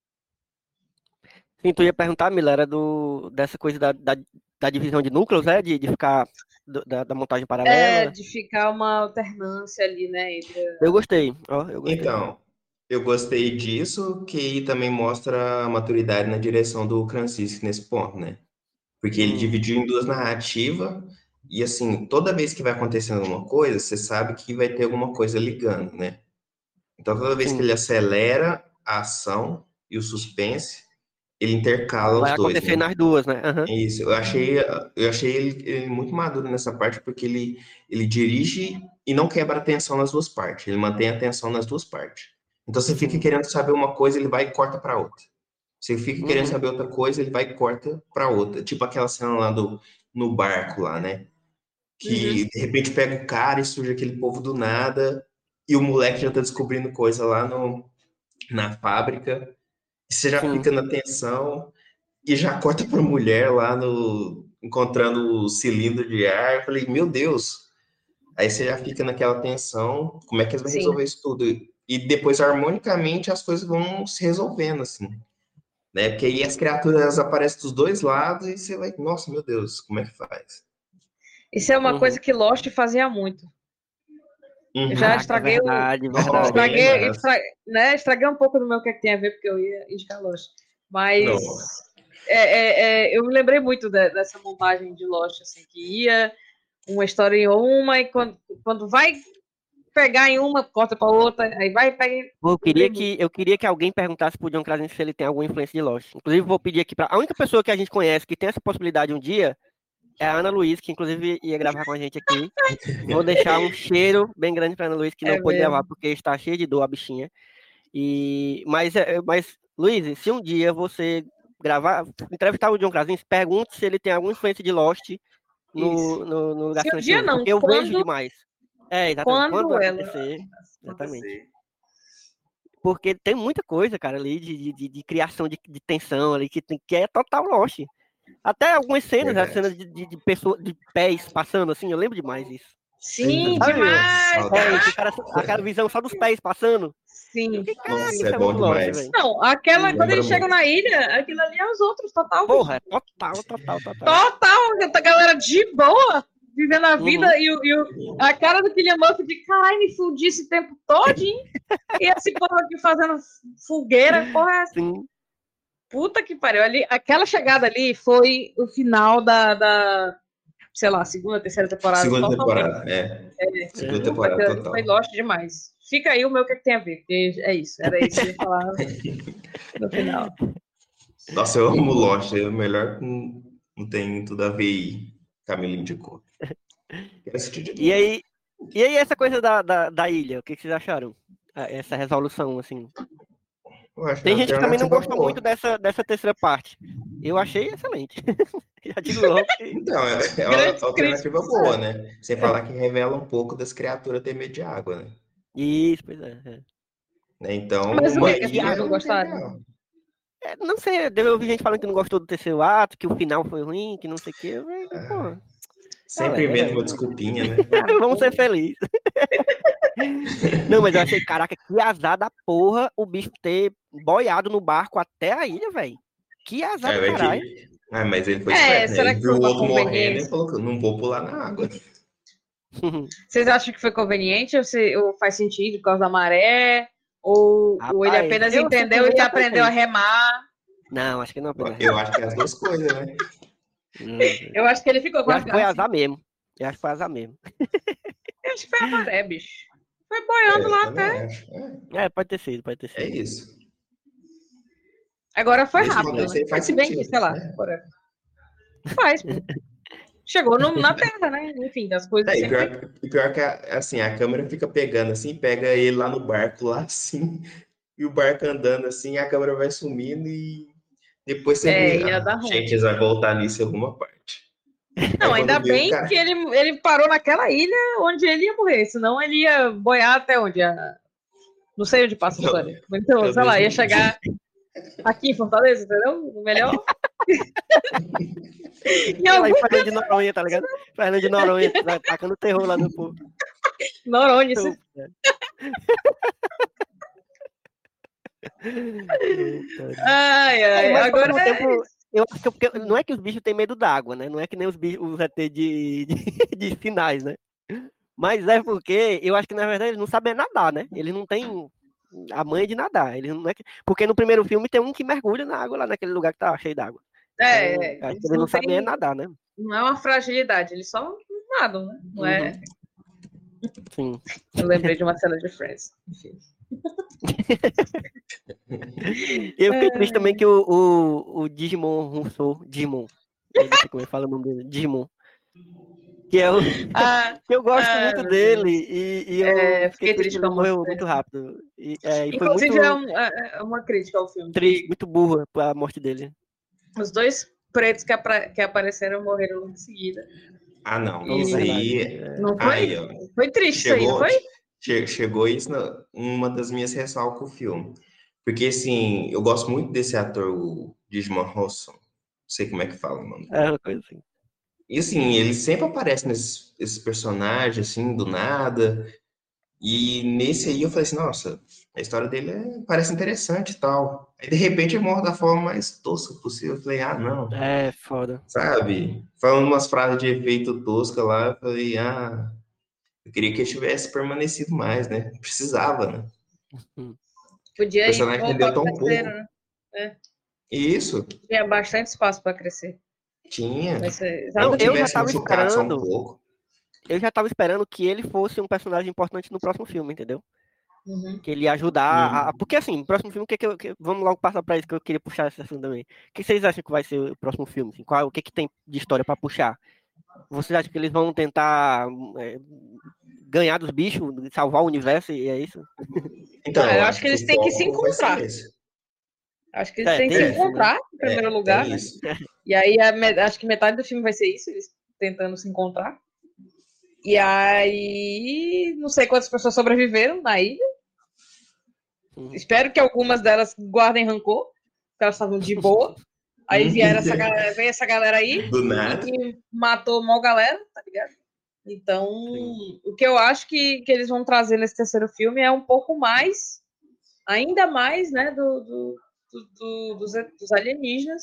Speaker 2: Sim, tu ia perguntar, Mila, era dessa coisa da divisão de núcleos, né? De ficar da montagem paralela.
Speaker 3: De ficar uma alternância ali, né, entre...
Speaker 2: Eu gostei, ó, eu gostei.
Speaker 4: Então, eu gostei disso, que também mostra a maturidade na direção do Krasinski nesse ponto, né? Porque ele dividiu em duas narrativas, e assim, toda vez que vai acontecendo alguma coisa, você sabe que vai ter alguma coisa ligando, né? Então, toda vez que
Speaker 2: Sim.
Speaker 4: ele acelera a ação e o suspense, ele intercala
Speaker 2: Vai
Speaker 4: os dois,
Speaker 2: acontecer
Speaker 4: né?
Speaker 2: nas duas, né? Aham.
Speaker 4: É isso. Eu achei ele muito maduro nessa parte, porque ele dirige e não quebra a tensão nas duas partes. Ele mantém a tensão nas duas partes. Então, você fica
Speaker 2: Sim.
Speaker 4: querendo saber uma coisa, ele vai e corta para outra. Você fica querendo
Speaker 2: Uhum.
Speaker 4: saber outra coisa, ele vai e corta para outra. Tipo aquela cena lá no barco lá, né? Que de repente pega o cara e surge aquele povo do nada, e o moleque já tá descobrindo coisa lá na fábrica. E você já
Speaker 2: Sim.
Speaker 4: fica na tensão e já corta pra mulher lá encontrando o cilindro de ar. Eu falei, meu Deus. Aí você já fica naquela tensão, como é que eles vão
Speaker 3: Sim.
Speaker 4: resolver isso tudo? E depois, harmonicamente, as coisas vão se resolvendo, assim, né? Porque aí as criaturas aparecem dos dois lados e você vai, nossa, meu Deus, como é que faz?
Speaker 3: Isso é uma
Speaker 2: Uhum.
Speaker 3: coisa que Lost fazia muito. Eu já
Speaker 2: Caraca,
Speaker 3: estraguei
Speaker 2: verdade,
Speaker 4: Nossa,
Speaker 2: verdade.
Speaker 4: bem massa.
Speaker 3: estraguei um pouco do meu que tem a ver, porque eu ia indicar Lost. Mas
Speaker 4: Nossa.
Speaker 3: eu me lembrei muito dessa montagem de Lost, assim, que ia uma história em uma, e quando vai pegar em uma, corta pra outra, aí vai pegar.
Speaker 2: Pô, eu queria que alguém perguntasse pro John Krasinski se ele tem alguma influência de Lost. Inclusive, vou pedir aqui pra... A única pessoa que a gente conhece que tem essa possibilidade um dia é a Ana Luiz, que inclusive ia gravar com a gente aqui. Vou deixar um cheiro bem grande pra Ana Luiz, que não
Speaker 3: É
Speaker 2: pôde
Speaker 3: mesmo.
Speaker 2: gravar porque está cheia de dor, a bichinha. Mas, Luiz, se um dia você entrevistar o John Krasinski, pergunte se ele tem alguma influência de Lost
Speaker 3: Isso.
Speaker 2: no Lugar
Speaker 3: Se um dia
Speaker 2: Silencioso,
Speaker 3: não,
Speaker 2: porque eu vejo
Speaker 3: quando
Speaker 2: demais. Exatamente. Quando
Speaker 3: ela
Speaker 2: acontecer, exatamente. Porque tem muita coisa, cara, ali de criação de tensão ali, que é total Lost. Até algumas cenas, as cenas
Speaker 4: Verdade.
Speaker 2: de pessoa, de pés passando, assim, eu lembro demais isso.
Speaker 3: Sim,
Speaker 2: Sabe?
Speaker 3: demais!
Speaker 2: Que o cara, aquela visão só dos pés passando. Eu
Speaker 3: Sim.
Speaker 2: fiquei, caraca,
Speaker 4: Nossa,
Speaker 2: isso
Speaker 4: é
Speaker 2: é
Speaker 4: bom
Speaker 2: muito Lost,
Speaker 4: demais.
Speaker 2: velho.
Speaker 3: Não, quando
Speaker 4: Lembra
Speaker 3: eles chegam
Speaker 4: muito.
Speaker 3: na ilha, aquilo ali é os outros, total.
Speaker 2: Porra, total.
Speaker 3: Total, a galera de boa, vivendo a vida,
Speaker 2: Uhum.
Speaker 3: a cara do Cillian Murphy de caralho, me fudi esse tempo todinho, e esse povo aqui fazendo fogueira, porra,
Speaker 2: Sim.
Speaker 3: puta que pariu. Ali, aquela chegada ali foi o final da sei lá, segunda, terceira temporada.
Speaker 4: Segunda
Speaker 3: Totalmente.
Speaker 4: temporada, Segunda
Speaker 3: Puta,
Speaker 4: temporada
Speaker 3: aquilo ali foi
Speaker 4: total.
Speaker 3: Lost demais. Fica aí o meu que tem a ver, porque é isso, era isso que eu ia falar no final.
Speaker 4: Nossa, eu amo Lost, é o melhor que não tem tudo a ver aí. Camila indicou. Quero assistir de
Speaker 2: E
Speaker 4: novo.
Speaker 2: aí essa coisa da ilha, o que vocês acharam? Essa resolução, assim.
Speaker 4: Eu acho
Speaker 2: Tem
Speaker 4: uma
Speaker 2: gente que também não
Speaker 4: alternativa
Speaker 2: gostou muito
Speaker 4: boa.
Speaker 2: dessa terceira parte. Eu achei excelente. Já digo logo que...
Speaker 4: Então, é uma
Speaker 3: Grandes
Speaker 4: alternativa
Speaker 3: críticos.
Speaker 4: boa, né? Sem falar que revela um pouco das criaturas ter medo de água, né?
Speaker 2: Isso, pois é.
Speaker 4: Né? Então,
Speaker 3: Mas o
Speaker 4: uma
Speaker 3: que as
Speaker 4: ilha
Speaker 3: pessoas não
Speaker 4: não tem
Speaker 3: gostaram?
Speaker 4: real.
Speaker 2: Não sei, eu ouvi gente falando que não gostou do terceiro ato, que o final foi ruim, que não sei o quê. Pô,
Speaker 4: Sempre
Speaker 2: galera,
Speaker 4: inventa uma desculpinha, né?
Speaker 2: vamos ser felizes. Não, mas eu achei, caraca, que azar da porra o bicho ter boiado no barco até a ilha, velho. Que azar do
Speaker 4: É
Speaker 2: caralho.
Speaker 4: mas ele foi esperto, né?
Speaker 3: Será
Speaker 4: Ele
Speaker 3: que
Speaker 4: viu
Speaker 3: foi
Speaker 4: o
Speaker 3: uma
Speaker 4: outro morrendo e
Speaker 3: conveniência?
Speaker 4: falou, não vou pular na água.
Speaker 3: Vocês acham que foi conveniente ou faz sentido por causa da maré? Ou ele
Speaker 2: Rapaz,
Speaker 3: apenas
Speaker 2: eu
Speaker 3: entendeu e
Speaker 2: simplesmente
Speaker 3: aprendeu a
Speaker 2: aceitei.
Speaker 3: remar?
Speaker 2: Não, acho que não apenas.
Speaker 4: Eu acho que é as duas coisas, né?
Speaker 3: Eu acho que ele ficou com
Speaker 2: Eu
Speaker 3: a
Speaker 2: acho que foi azar mesmo. Eu acho que foi azar mesmo.
Speaker 3: Eu acho que foi a maré, bicho. Foi boiando
Speaker 4: Eu
Speaker 3: lá
Speaker 4: também
Speaker 3: até.
Speaker 4: acho.
Speaker 2: Pode ter sido, pode ter
Speaker 4: É
Speaker 2: sido.
Speaker 4: isso.
Speaker 3: Agora foi
Speaker 4: Nesse
Speaker 3: rápido,
Speaker 4: contexto
Speaker 3: né?
Speaker 4: aí faz
Speaker 3: Se bem que,
Speaker 4: sentido,
Speaker 3: sei lá,
Speaker 4: né?
Speaker 3: faz, pô. Chegou na Terra, né? Enfim, das coisas
Speaker 4: E
Speaker 3: sempre.
Speaker 4: pior que assim, a câmera fica pegando assim, pega ele lá no barco, lá assim, e o barco andando assim, a câmera vai sumindo e depois você vê,
Speaker 3: Ia dar ruim.
Speaker 4: gente, eles vão voltar nisso em alguma parte.
Speaker 3: Não,
Speaker 4: Aí
Speaker 3: ainda
Speaker 4: quando vê o
Speaker 3: bem
Speaker 4: cara.
Speaker 3: que ele parou naquela ilha onde ele ia morrer, senão ele ia boiar até onde? Não sei onde passa a história. Então, sei lá, ia chegar Aqui em Fortaleza, entendeu? O melhor. Em
Speaker 2: Lá em
Speaker 3: algum
Speaker 2: Fernando de Noronha, tá ligado? Fernando de Noronha, tá tacando terror lá no povo.
Speaker 3: Noronha, isso.
Speaker 2: Eita.
Speaker 3: Ai, ai.
Speaker 2: Mas ao
Speaker 3: Agora
Speaker 2: mesmo tempo, eu acho que porque não é que os bichos têm medo d'água, né? Não é que nem os bichos, os ET de sinais, né? Mas é porque eu acho que na verdade eles não sabem nadar, né? Eles não têm a manha de nadar. Eles não é que... Porque no primeiro filme tem um que mergulha na água lá naquele lugar que tá cheio d'água. Então, acho que
Speaker 3: eles
Speaker 2: eles não
Speaker 3: não
Speaker 2: sabem é
Speaker 3: têm.
Speaker 2: nadar, né?
Speaker 3: Não é uma fragilidade, eles só nadam, né? Não é.
Speaker 2: Uhum. Sim.
Speaker 3: Eu lembrei de uma cena de Friends. Enfim.
Speaker 2: Eu fiquei triste também que o Digimon Rousseau, Digimon, eu não sei como é que fala o nome dele, Digimon, que é o que eu gosto muito
Speaker 3: Meu
Speaker 2: dele
Speaker 3: Deus.
Speaker 2: e eu fiquei
Speaker 3: Fiquei
Speaker 2: triste que
Speaker 3: triste
Speaker 2: ele
Speaker 3: com a morte
Speaker 2: morreu
Speaker 3: dele.
Speaker 2: muito rápido. E foi
Speaker 3: Inclusive,
Speaker 2: muito
Speaker 3: é uma crítica ao filme.
Speaker 2: triste, muito burra a morte dele.
Speaker 3: Os dois pretos que apareceram morreram logo em seguida.
Speaker 4: Ah, não.
Speaker 2: Oh,
Speaker 4: Isso
Speaker 2: verdade.
Speaker 4: aí.
Speaker 3: Não
Speaker 4: Aí,
Speaker 3: foi?
Speaker 4: ó.
Speaker 3: Foi triste isso aí, não
Speaker 4: Chegou,
Speaker 3: foi?
Speaker 4: chegou isso uma das minhas ressalvas com o filme. Porque, assim, eu gosto muito desse ator, o Digimon Hosson. Não sei como é que fala o nome
Speaker 2: É
Speaker 4: dele.
Speaker 2: uma coisa assim.
Speaker 4: E, assim, ele sempre aparece nesses personagens, assim, do nada. E nesse aí eu falei assim, nossa, a história dele parece interessante e tal. Aí, de repente, ele morre da forma mais tosca possível. Eu falei, ah, não.
Speaker 2: É, foda.
Speaker 4: Sabe? Falando umas frases de efeito tosca lá, eu falei, ah, eu queria que ele tivesse permanecido mais, né? Precisava, né?
Speaker 2: Hum.
Speaker 4: O
Speaker 3: Podia ir
Speaker 4: personagem
Speaker 3: voltar
Speaker 4: rendeu
Speaker 3: pro
Speaker 4: tão
Speaker 3: terceiro,
Speaker 4: pouco.
Speaker 3: né? É.
Speaker 4: Isso,
Speaker 3: Tinha bastante espaço para crescer.
Speaker 4: tinha.
Speaker 3: Vai ser
Speaker 4: Nem
Speaker 2: Não,
Speaker 4: que
Speaker 3: exatamente.
Speaker 2: eu já
Speaker 4: tivesse
Speaker 2: tava
Speaker 4: machucado só um
Speaker 2: esperando,
Speaker 4: pouco.
Speaker 2: que ele fosse um personagem importante no próximo filme, entendeu?
Speaker 3: Uhum.
Speaker 2: Que ele ia ajudar
Speaker 4: Hum.
Speaker 2: Porque assim, o próximo filme, vamos logo passar pra isso que eu queria puxar essa assunto também. O que vocês acham que vai ser o próximo filme? Assim? O que tem de história pra puxar? Vocês acham que eles vão tentar ganhar dos bichos, salvar o universo e é isso?
Speaker 4: Então, eu
Speaker 3: Eu acho
Speaker 4: acho
Speaker 3: que
Speaker 4: que
Speaker 3: eles
Speaker 4: o
Speaker 3: têm que se
Speaker 4: foco vai ser
Speaker 3: encontrar.
Speaker 4: esse.
Speaker 3: Acho que eles têm que se
Speaker 2: Tem isso, né?
Speaker 3: encontrar, em primeiro lugar,
Speaker 4: Tem
Speaker 3: né?
Speaker 4: isso.
Speaker 3: E aí, acho que metade do filme vai ser isso, eles tentando se encontrar. E aí, não sei quantas pessoas sobreviveram na ilha.
Speaker 2: Uhum.
Speaker 3: Espero que algumas delas guardem rancor, porque elas estavam de boa. Aí veio essa galera aí
Speaker 4: Do nada.
Speaker 3: e matou uma galera, tá ligado? Então,
Speaker 2: Sim.
Speaker 3: o que eu acho que eles vão trazer nesse terceiro filme é um pouco mais, ainda mais, né, dos alienígenas.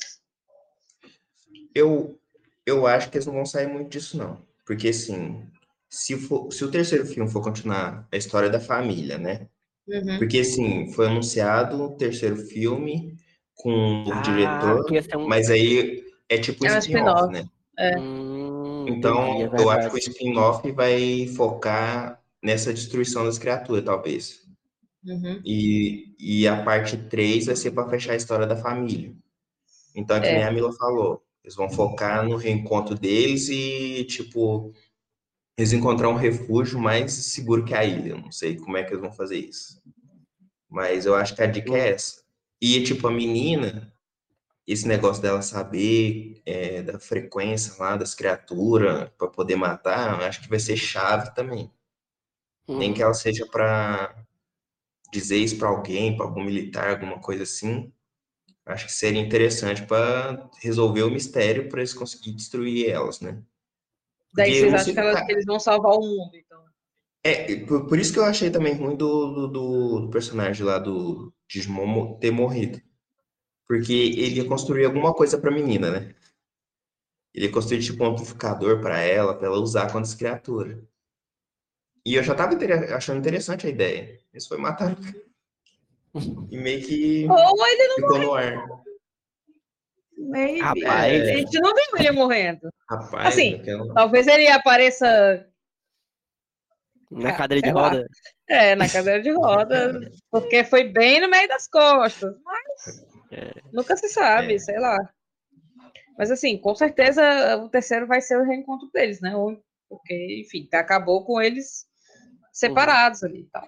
Speaker 4: Eu acho que eles não vão sair muito disso, não. Porque, assim, se o terceiro filme for continuar a história da família, né?
Speaker 3: Uhum.
Speaker 4: Porque, assim, foi anunciado o terceiro filme com um novo
Speaker 2: Que ia
Speaker 4: diretor,
Speaker 2: ser um.
Speaker 4: mas aí é tipo um
Speaker 3: É um
Speaker 4: spin-off,
Speaker 3: spin-off.
Speaker 4: né?
Speaker 3: É.
Speaker 2: Entendi, é
Speaker 4: Então, eu acho que o
Speaker 2: verdade.
Speaker 4: spin-off vai focar nessa destruição das criaturas, talvez.
Speaker 3: Uhum.
Speaker 4: E a parte 3 vai ser para fechar a história da família. Então, é que nem
Speaker 3: É.
Speaker 4: a Mila falou. Eles vão focar no reencontro deles e, tipo, eles encontrar um refúgio mais seguro que a ilha. Eu não sei como é que eles vão fazer isso. Mas eu acho que a dica é
Speaker 2: Hum.
Speaker 4: essa. E, tipo, a menina, esse negócio dela saber da frequência lá das criaturas para poder matar, eu acho que vai ser chave também. Nem que
Speaker 2: Uhum.
Speaker 4: ela seja para dizer isso para alguém, para algum militar, alguma coisa assim. Acho que seria interessante para resolver o mistério para eles conseguirem destruir elas, né? Porque
Speaker 3: Daí
Speaker 4: eu
Speaker 3: vocês
Speaker 4: não
Speaker 3: acham
Speaker 4: sei.
Speaker 3: que eles vão salvar o mundo, então.
Speaker 4: Por isso que eu achei também ruim do personagem lá do Digimon ter morrido. Porque ele ia construir alguma coisa pra menina, né? Ele ia construir tipo um amplificador pra ela usar contra as criaturas. E eu já tava achando interessante a ideia. Isso foi matar e meio que
Speaker 3: Ou ele não
Speaker 4: ficou no ar.
Speaker 3: maybe.
Speaker 2: Rapaz,
Speaker 3: A gente não viu ele morrendo.
Speaker 4: Rapaz,
Speaker 3: Assim,
Speaker 4: aquela.
Speaker 3: talvez ele apareça,
Speaker 2: na cadeira de
Speaker 3: sei lá,
Speaker 2: roda.
Speaker 3: na cadeira de roda, porque foi bem no meio das costas. Mas nunca se sabe, sei lá. Mas assim, com certeza o terceiro vai ser o reencontro deles, né? Porque, enfim, acabou com eles
Speaker 2: Uhum.
Speaker 3: separados ali e tal.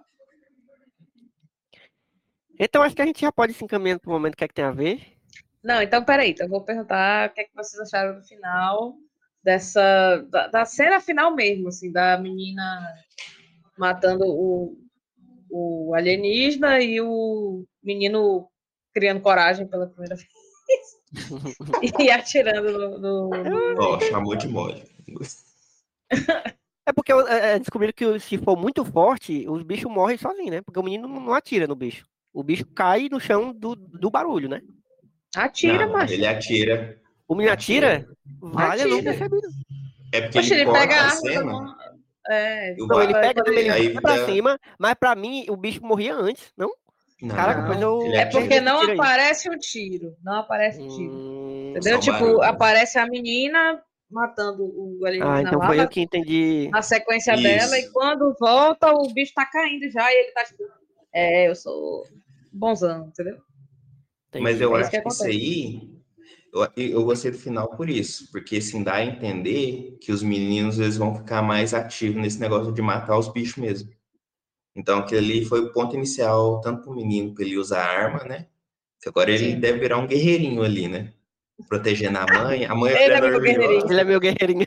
Speaker 2: Então acho que a gente já pode se encaminhando pro momento que é que tem a ver.
Speaker 3: Não, então peraí, então eu vou perguntar o que é que vocês acharam do final da cena final mesmo, assim, da menina matando o alienígena e o menino criando coragem pela primeira vez. E atirando no...
Speaker 4: Ó, chamou de mole.
Speaker 2: É porque descobriram que se for muito forte, os bichos morrem sozinhos, né? Porque o menino não atira no bicho. O bicho cai no chão do barulho, né?
Speaker 3: Atira,
Speaker 4: Não,
Speaker 3: macho.
Speaker 4: ele atira.
Speaker 2: O menino atira? Vale, eu não
Speaker 3: Atira.
Speaker 2: percebi.
Speaker 4: É porque
Speaker 3: Poxa,
Speaker 4: ele
Speaker 3: ele pega
Speaker 4: corta
Speaker 3: a
Speaker 4: a
Speaker 3: arma da
Speaker 4: cena.
Speaker 3: mão. É,
Speaker 4: Eu
Speaker 2: Não, ele pega
Speaker 3: quando
Speaker 2: também, ele
Speaker 4: aí
Speaker 2: vai pra
Speaker 4: dá-
Speaker 2: cima, mas pra mim o bicho morria antes, não?
Speaker 4: Não,
Speaker 2: Caraca, pois eu
Speaker 4: ele
Speaker 3: É porque
Speaker 4: atira.
Speaker 3: não
Speaker 2: tira aí.
Speaker 3: aparece o tiro. Não aparece o tiro. Entendeu?
Speaker 4: Só
Speaker 3: Tipo,
Speaker 4: barulho.
Speaker 3: aparece a menina matando o
Speaker 2: Ah,
Speaker 3: alienígena
Speaker 2: então
Speaker 3: lá
Speaker 2: foi eu que entendi.
Speaker 3: na sequência dela, e
Speaker 4: Isso.
Speaker 3: quando volta, o bicho tá caindo já, e ele tá tipo, eu sou bonzão, entendeu?
Speaker 4: Mas
Speaker 2: Entendi.
Speaker 4: eu
Speaker 3: É isso
Speaker 4: acho
Speaker 3: que
Speaker 4: que isso
Speaker 3: acontece.
Speaker 4: aí, eu gostei do final por isso, porque assim dá a entender que os meninos eles vão ficar mais ativos nesse negócio de matar os bichos mesmo. Então aquele ali foi o ponto inicial, tanto pro menino para ele usar a arma, né? Que agora ele
Speaker 3: Sim.
Speaker 4: deve virar um guerreirinho ali, né? Protegendo a mãe
Speaker 3: Ele
Speaker 4: é
Speaker 3: é meu guerreirinho.
Speaker 2: Ele é meu guerreirinho.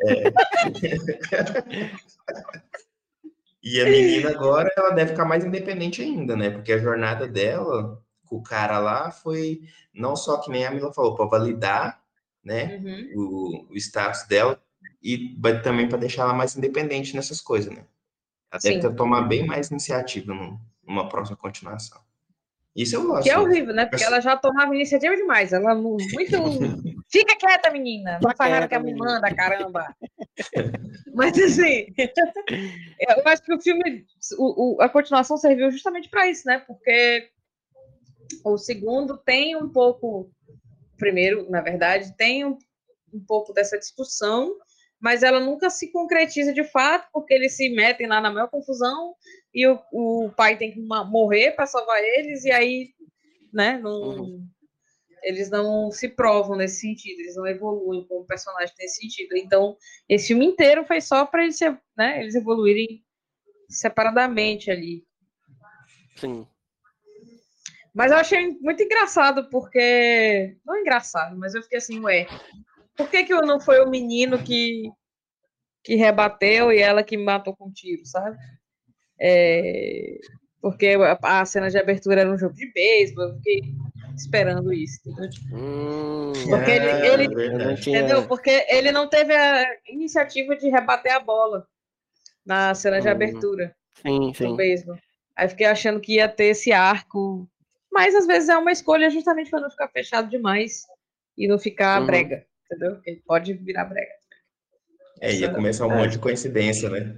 Speaker 4: E a menina agora, ela deve ficar mais independente ainda, né? Porque a jornada dela com o cara lá foi não só que nem a Mila falou, para validar, né,
Speaker 3: Uhum.
Speaker 4: o status dela e também para deixar ela mais independente nessas coisas, né? Ela deve
Speaker 3: Sim.
Speaker 4: ter tomar bem mais iniciativa numa próxima continuação. Isso eu
Speaker 3: Que é
Speaker 4: gosto.
Speaker 3: horrível, né? Porque ela já tomava iniciativa demais. Ela muito. Fica quieta, menina. Não faz nada que a mãe manda, caramba. Mas assim, eu acho que o filme, a continuação serviu justamente para isso, né? Porque o segundo tem um pouco, o primeiro, na verdade, tem um pouco dessa discussão, mas ela nunca se concretiza de fato, porque eles se metem lá na maior confusão e o pai tem que morrer para salvar eles, e aí, né, eles não se provam nesse sentido, eles não evoluem como personagem nesse sentido. Então, esse filme inteiro foi só para eles, né, eles evoluírem separadamente ali.
Speaker 2: Sim.
Speaker 3: Mas eu achei muito engraçado, porque... Não engraçado, mas eu fiquei assim, ué, por que não foi o menino que rebateu e ela que matou com tiro, sabe? Porque a cena de abertura era um jogo de beisebol, eu fiquei esperando isso, entendeu? Porque ele
Speaker 2: Eu não
Speaker 3: entendeu?
Speaker 2: tinha.
Speaker 3: Porque ele não teve a iniciativa de rebater a bola na cena de abertura
Speaker 2: Sim,
Speaker 3: do
Speaker 2: sim.
Speaker 3: beisebol. Aí fiquei achando que ia ter esse arco, mas às vezes é uma escolha justamente para não ficar fechado demais e não ficar brega, entendeu? Porque pode virar brega.
Speaker 4: Ia começar um monte de coincidência, né?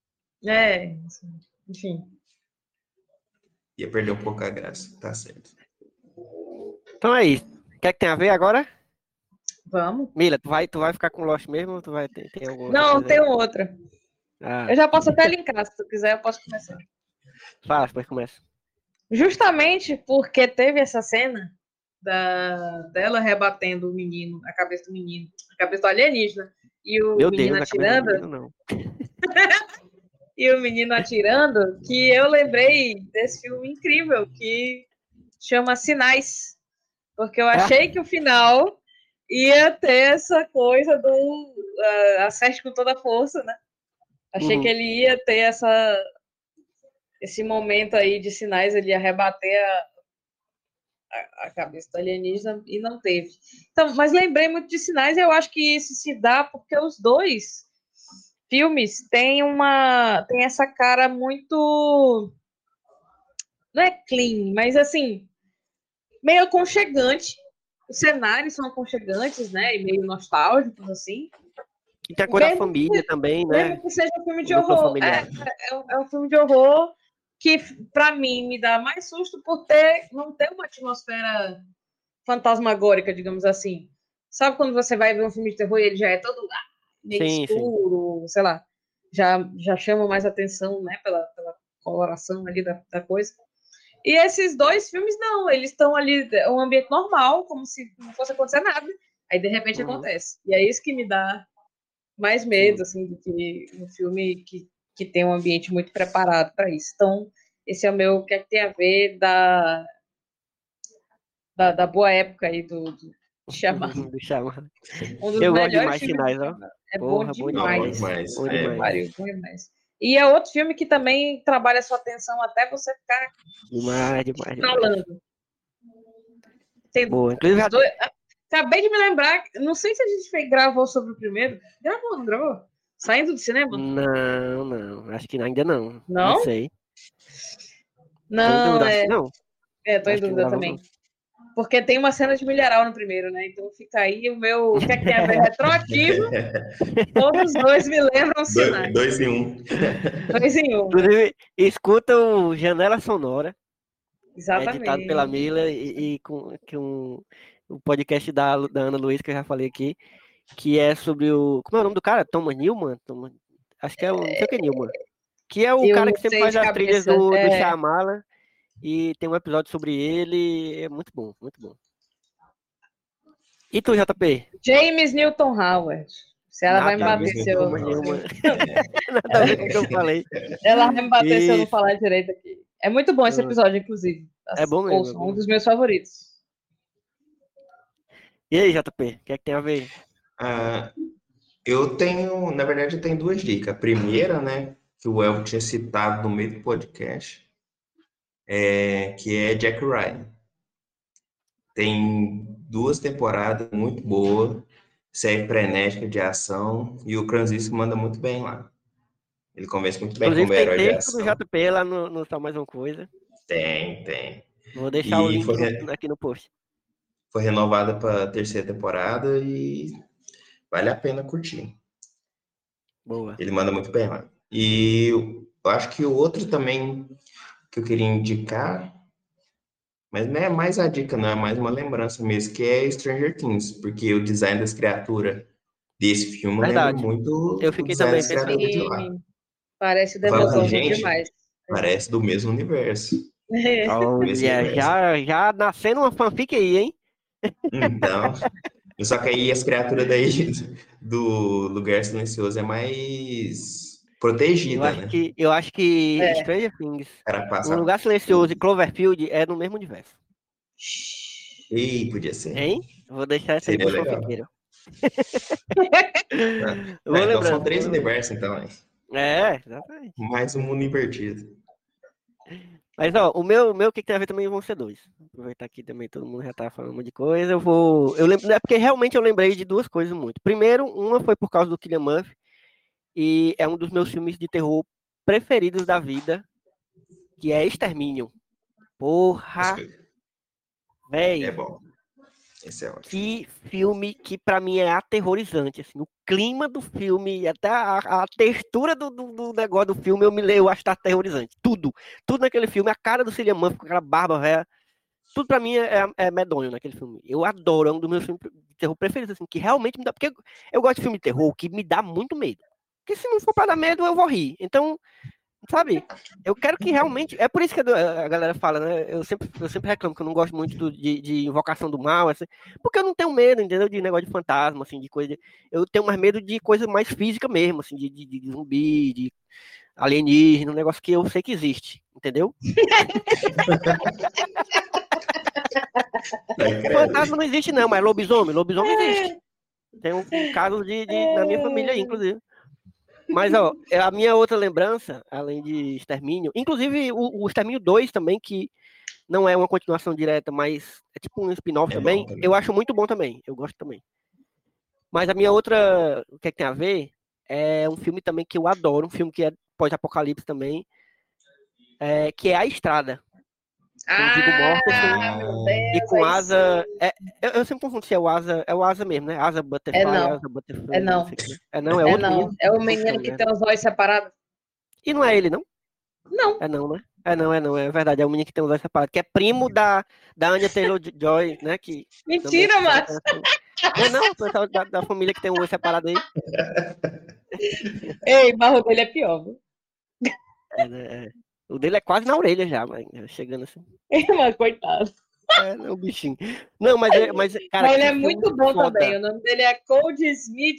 Speaker 3: Enfim.
Speaker 4: Ia perder um pouco a graça, tá certo.
Speaker 2: Então é isso. Quer que tenha a ver agora?
Speaker 3: Vamos.
Speaker 2: Mila, tu vai ficar com Lost mesmo ou tu vai ter alguma outra
Speaker 3: Não,
Speaker 2: coisa
Speaker 3: tem
Speaker 2: aí?
Speaker 3: outra.
Speaker 2: Ah,
Speaker 3: Eu já posso até linkar, se tu quiser, eu posso começar.
Speaker 2: fala, depois começa.
Speaker 3: Justamente porque teve essa cena dela rebatendo o menino, a cabeça do menino, a cabeça do alienígena, e o
Speaker 2: Meu
Speaker 3: menino
Speaker 2: Deus, a cabeça do
Speaker 3: atirando,
Speaker 2: menino não.
Speaker 3: e o menino atirando, que eu lembrei desse filme incrível que chama Sinais, porque eu achei que o final ia ter essa coisa do acerte com toda a força, né? Achei que ele ia ter esse momento aí de Sinais, ele ia rebater a cabeça do alienígena, e não teve. Então, mas lembrei muito de Sinais, e eu acho que isso se dá porque os dois filmes têm essa cara muito, não é clean, mas assim, meio aconchegante. Os cenários são aconchegantes, né, e meio nostálgicos, assim.
Speaker 2: E tem a coisa da família também, né?
Speaker 3: Mesmo que seja um filme de
Speaker 2: O núcleo
Speaker 3: horror.
Speaker 2: familiar.
Speaker 3: É um filme de horror que, para mim, me dá mais susto por não ter uma atmosfera fantasmagórica, digamos assim. Sabe quando você vai ver um filme de terror e ele já é todo meio escuro, sei lá, já chama mais atenção, né, pela coloração ali da coisa. E esses dois filmes, não, eles estão ali, um ambiente normal, como se não fosse acontecer nada. Aí, de repente, acontece. E é isso que me dá mais medo, assim, do que um filme que tem um ambiente muito preparado para isso. Então, esse é o meu, que tem a ver da boa época aí do Shyamalan. Um dos
Speaker 2: eu gosto
Speaker 3: melhores
Speaker 2: demais de
Speaker 3: filmes
Speaker 2: Sinais, ó.
Speaker 3: É
Speaker 2: Porra,
Speaker 3: bom demais.
Speaker 2: Bom demais.
Speaker 3: Bom demais. E é outro filme que também trabalha a sua atenção até você ficar
Speaker 2: Demais.
Speaker 3: falando. Tem
Speaker 2: Boa. Inclusive,
Speaker 3: os dois. Acabei de me lembrar, não sei se a gente gravou sobre o primeiro. Gravou, não gravou? Saindo do cinema?
Speaker 2: não. Acho que ainda não. Não
Speaker 3: Não?
Speaker 2: sei. Tô em
Speaker 3: Não,
Speaker 2: dúvida, acho que não.
Speaker 3: tô em
Speaker 2: Acho que não
Speaker 3: dúvida
Speaker 2: gravou,
Speaker 3: também.
Speaker 2: não.
Speaker 3: Porque tem uma cena de milharal no primeiro, né? Então fica aí o meu. O que é que tem a ver? Retroativo. Todos dois me lembram sinais.
Speaker 4: 2 em 1.
Speaker 3: 2 em 1.
Speaker 2: Inclusive, escuta o Janela Sonora, editado pela
Speaker 3: Exatamente.
Speaker 2: Mila e o podcast da Ana Luiz, que eu já falei aqui, que é sobre o... Como é o nome do cara? Thomas Newman? Acho que é o... Não sei o que é Newman. Que é o
Speaker 3: Eu
Speaker 2: cara
Speaker 3: não
Speaker 2: que sempre
Speaker 3: sei
Speaker 2: faz
Speaker 3: de
Speaker 2: as trilhas
Speaker 3: cabeça.
Speaker 2: do Shyamalan. E tem um episódio sobre ele. É muito bom, muito bom. E tu, JP?
Speaker 3: James Newton Howard. Se ela vai me
Speaker 2: Nada a
Speaker 3: bater
Speaker 2: ver
Speaker 3: se
Speaker 2: com
Speaker 3: eu.
Speaker 2: Thomas Newman. Nada a ver com o que eu falei.
Speaker 3: Ela vai me bater se eu não
Speaker 2: Isso.
Speaker 3: falar direito aqui. É muito bom esse episódio, inclusive.
Speaker 2: É bom mesmo, é
Speaker 3: Ouçam,
Speaker 2: bom.
Speaker 3: um dos meus favoritos.
Speaker 2: E aí, JP? O que é que tem a ver?
Speaker 4: Eu tenho, na verdade, eu tenho 2 dicas. A primeira, né, que o Elvio tinha citado no meio do podcast, que é Jack Ryan. Tem 2 temporadas muito boas, série frenética de ação, e o Krasinski manda muito bem lá. Ele convence muito bem
Speaker 2: Inclusive,
Speaker 4: como
Speaker 2: tem
Speaker 4: herói de
Speaker 2: texto do
Speaker 4: ação.
Speaker 2: JP lá no Só Mais Uma Coisa.
Speaker 4: Tem.
Speaker 2: Vou deixar o
Speaker 4: E
Speaker 2: link aqui no post.
Speaker 4: foi renovada para a 3ª temporada e vale a pena curtir.
Speaker 2: Boa.
Speaker 4: Ele manda muito bem lá. E eu acho que o outro também que eu queria indicar, mas não é mais a dica, não, é mais uma lembrança mesmo, que é Stranger Things, porque o design das criaturas desse filme lembra
Speaker 2: Verdade.
Speaker 4: muito
Speaker 2: Eu
Speaker 4: o
Speaker 2: fiquei
Speaker 4: design
Speaker 2: também
Speaker 4: das
Speaker 2: pensando
Speaker 4: criaturas de
Speaker 2: nisso.
Speaker 4: lá.
Speaker 3: Sim, parece
Speaker 4: Eu falo assim,
Speaker 3: Demogorgon
Speaker 4: gente,
Speaker 3: demais.
Speaker 4: parece do mesmo universo. Do mesmo
Speaker 2: Olha,
Speaker 4: universo.
Speaker 2: já nascendo uma fanfic aí, hein?
Speaker 4: Então, só que aí as criaturas daí do Lugar Silencioso é mais protegida, né?
Speaker 2: Eu acho que
Speaker 3: É.
Speaker 2: Stranger Things,
Speaker 4: Para
Speaker 2: Um
Speaker 4: passar.
Speaker 2: Lugar Silencioso e Cloverfield é no mesmo universo.
Speaker 4: Ih, podia ser.
Speaker 2: Hein? Vou deixar essa aí
Speaker 4: Seria
Speaker 2: pro
Speaker 4: legal.
Speaker 2: fanfiqueiro.
Speaker 4: Não,
Speaker 2: Vou
Speaker 4: então são
Speaker 2: lembrando.
Speaker 4: 3 universos, então, hein?
Speaker 2: Exatamente.
Speaker 4: Mais um mundo invertido.
Speaker 2: Mas, ó, o meu que tem a ver também vão ser 2. Aproveitar que também todo mundo já tá falando um monte de coisa. Eu lembro, é porque realmente eu lembrei de 2 coisas muito. Primeiro, uma foi por causa do Cillian Murphy. E é um dos meus filmes de terror preferidos da vida, que é Extermínio. Porra,
Speaker 4: É
Speaker 2: véi.
Speaker 4: bom. Esse é ótimo.
Speaker 2: Que filme que pra mim é aterrorizante, assim, o clima do filme, e até a textura do negócio do filme, eu acho que tá aterrorizante. Tudo naquele filme, a cara do Cillian Murphy com aquela barba velha, tudo pra mim é medonho naquele filme. Eu adoro, é um dos meus filmes de terror preferidos, assim, que realmente me dá, porque eu gosto de filme de terror que me dá muito medo. Porque se não for pra dar medo, eu vou rir. Então, sabe, eu quero que realmente. É por isso que a galera fala, né? Eu sempre reclamo que eu não gosto muito de Invocação do Mal, assim, porque eu não tenho medo, entendeu? De negócio de fantasma, assim, de coisa. Eu tenho mais medo de coisa mais física mesmo, assim, de zumbi, de alienígena, um negócio que eu sei que existe, entendeu? Fantasma não existe, não, mas lobisomem existe. Tem um caso na minha família aí, inclusive. Mas, ó, a minha outra lembrança, além de Extermínio, inclusive o Extermínio 2 também, que não é uma continuação direta, mas é tipo um spin-off
Speaker 4: É
Speaker 2: também,
Speaker 4: bom também.
Speaker 2: eu acho muito bom também, eu gosto também. Mas a minha outra, o que é que tem a ver, é um filme também que eu adoro, um filme que é pós-apocalipse também, que é A Estrada, com Viggo Mortensen
Speaker 3: Meu
Speaker 2: e
Speaker 3: Deus,
Speaker 2: com
Speaker 3: aí
Speaker 2: Asa...
Speaker 3: sim.
Speaker 2: eu sempre confundo se é o Asa mesmo, né? Asa Butterfly,
Speaker 3: É não,
Speaker 2: Asa Butterfly,
Speaker 3: é
Speaker 2: não
Speaker 3: não,
Speaker 2: sei o que. Não, é outro menino?
Speaker 3: É o
Speaker 2: Como que é o
Speaker 3: menino que
Speaker 2: nome?
Speaker 3: tem os olhos separados.
Speaker 2: E não é ele, não?
Speaker 3: Não,
Speaker 2: É não, né? Não, é verdade, é o menino que tem os olhos separados, que é primo da Anya Taylor-Joy, né, que também
Speaker 3: mentira, Márcio.
Speaker 2: não, o pessoal da família que tem um olho separado aí.
Speaker 3: Ei, mas o dele é pior, viu?
Speaker 2: O dele é quase na orelha já, mas chegando assim.
Speaker 3: Mas coitado.
Speaker 2: O bichinho. Não, mas cara,
Speaker 3: Mas ele
Speaker 2: que
Speaker 3: é
Speaker 2: filme
Speaker 3: muito bom
Speaker 2: foda.
Speaker 3: também. O nome dele é Cody Smith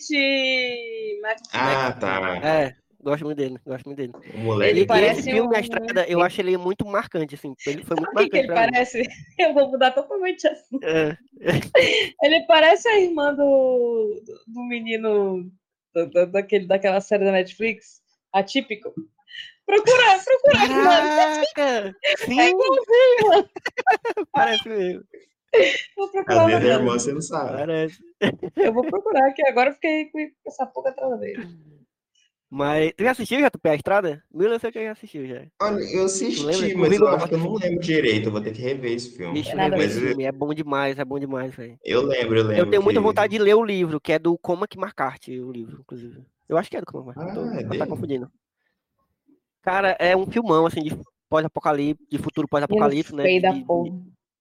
Speaker 4: Tá.
Speaker 2: Gosto muito dele.
Speaker 4: O moleque.
Speaker 3: Ele
Speaker 2: E esse
Speaker 3: parece
Speaker 2: filme, A Estrada, eu acho ele muito marcante, assim. Ele foi muito
Speaker 3: Sabe o que
Speaker 2: marcante
Speaker 3: ele
Speaker 2: pra mim.
Speaker 3: parece? Eu vou mudar totalmente assim.
Speaker 2: É.
Speaker 3: Ele parece a irmã do menino daquela série da Netflix, Atípico. Procura, mano.
Speaker 2: Caraca! Sim!
Speaker 3: É igualzinho, mano.
Speaker 2: Parece mesmo.
Speaker 3: Vou procurar
Speaker 4: Às
Speaker 3: o
Speaker 4: vezes
Speaker 3: nome
Speaker 4: a
Speaker 3: dela.
Speaker 4: irmã você não sabe.
Speaker 2: Parece.
Speaker 3: Eu vou procurar aqui agora, eu fiquei com essa pouca atrás dele.
Speaker 2: Mas tu já assistiu já, Tupé, a Estrada? Mila, eu sei que já assistiu já.
Speaker 4: Olha, eu
Speaker 2: Tu lembra?
Speaker 4: assisti,
Speaker 2: Com o
Speaker 4: mas eu
Speaker 2: Viggo
Speaker 4: acho que eu não
Speaker 2: Mortensen.
Speaker 4: lembro direito. Eu vou ter que rever esse filme.
Speaker 2: Bicho,
Speaker 3: Nada a
Speaker 2: rever
Speaker 3: ver.
Speaker 2: esse filme. É bom demais, velho.
Speaker 4: Eu
Speaker 2: Eu
Speaker 4: lembro
Speaker 2: tenho muita
Speaker 4: que.
Speaker 2: vontade de ler o livro, que é do Cormac McCarthy, o livro, inclusive. Eu acho que é do Cormac McCarthy,
Speaker 4: Ah, é
Speaker 2: posso estar
Speaker 4: dele?
Speaker 2: confundindo. Cara, é um filmão, assim, de pós-apocalipse, de futuro
Speaker 3: Menino
Speaker 2: pós-apocalipse, né?
Speaker 3: feio da porra.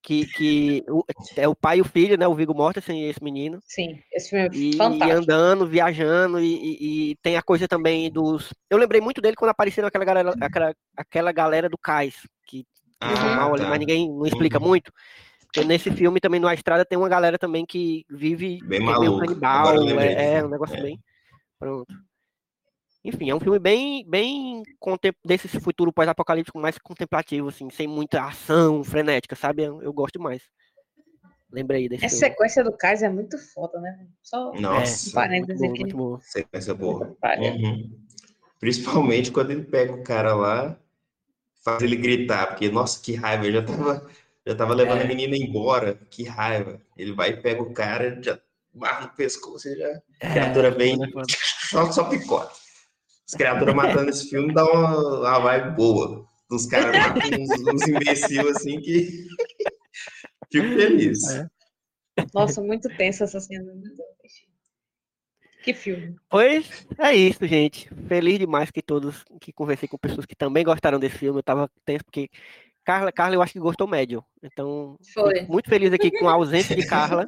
Speaker 2: É o pai e o filho, né? O Viggo Mortensen e esse menino.
Speaker 3: Sim, esse filme é
Speaker 2: E
Speaker 3: fantástico.
Speaker 2: andando, viajando, e tem a coisa também dos. Eu lembrei muito dele quando apareceram aquela galera do cais, que eles são
Speaker 4: Ah,
Speaker 2: mal ali, mas
Speaker 4: tá.
Speaker 2: ninguém não explica
Speaker 4: Uhum.
Speaker 2: muito. Porque nesse filme também, no A Estrada, tem uma galera também que vive,
Speaker 4: Bem
Speaker 2: que é meio
Speaker 4: maluco. Agora eu
Speaker 2: canibal,
Speaker 4: lembrei do
Speaker 2: um
Speaker 4: filme.
Speaker 2: negócio
Speaker 4: É.
Speaker 2: bem. Pronto. Enfim, é um filme bem desse futuro pós-apocalíptico mais contemplativo, assim, sem muita ação frenética, sabe? Eu gosto mais. Lembrei desse
Speaker 3: Essa
Speaker 2: filme.
Speaker 3: sequência do Kaiser é muito foda, né? Só um
Speaker 4: Nossa,
Speaker 2: Muito
Speaker 3: parêntese
Speaker 2: bom, muito
Speaker 3: aqui.
Speaker 2: bom.
Speaker 4: sequência boa.
Speaker 3: Pariu.
Speaker 4: Uhum. Principalmente quando ele pega o cara lá, faz ele gritar, porque, nossa, que raiva, eu já tava levando a menina embora, que raiva. Ele vai e pega o cara, já barra no pescoço, e já, a criatura vem,
Speaker 2: Foda, foda.
Speaker 4: só picota. As criaturas matando esse filme dá uma vibe boa. Os caras matam uns imbecil assim que fico feliz.
Speaker 2: É.
Speaker 3: Nossa, muito tensa essa cena. Meu Deus. Que filme.
Speaker 2: Pois é isso, gente. Feliz demais que conversei com pessoas que também gostaram desse filme. Eu tava tenso porque Carla eu acho que gostou médio. Então, fico
Speaker 3: Foi.
Speaker 2: muito feliz aqui com a ausência de Carla.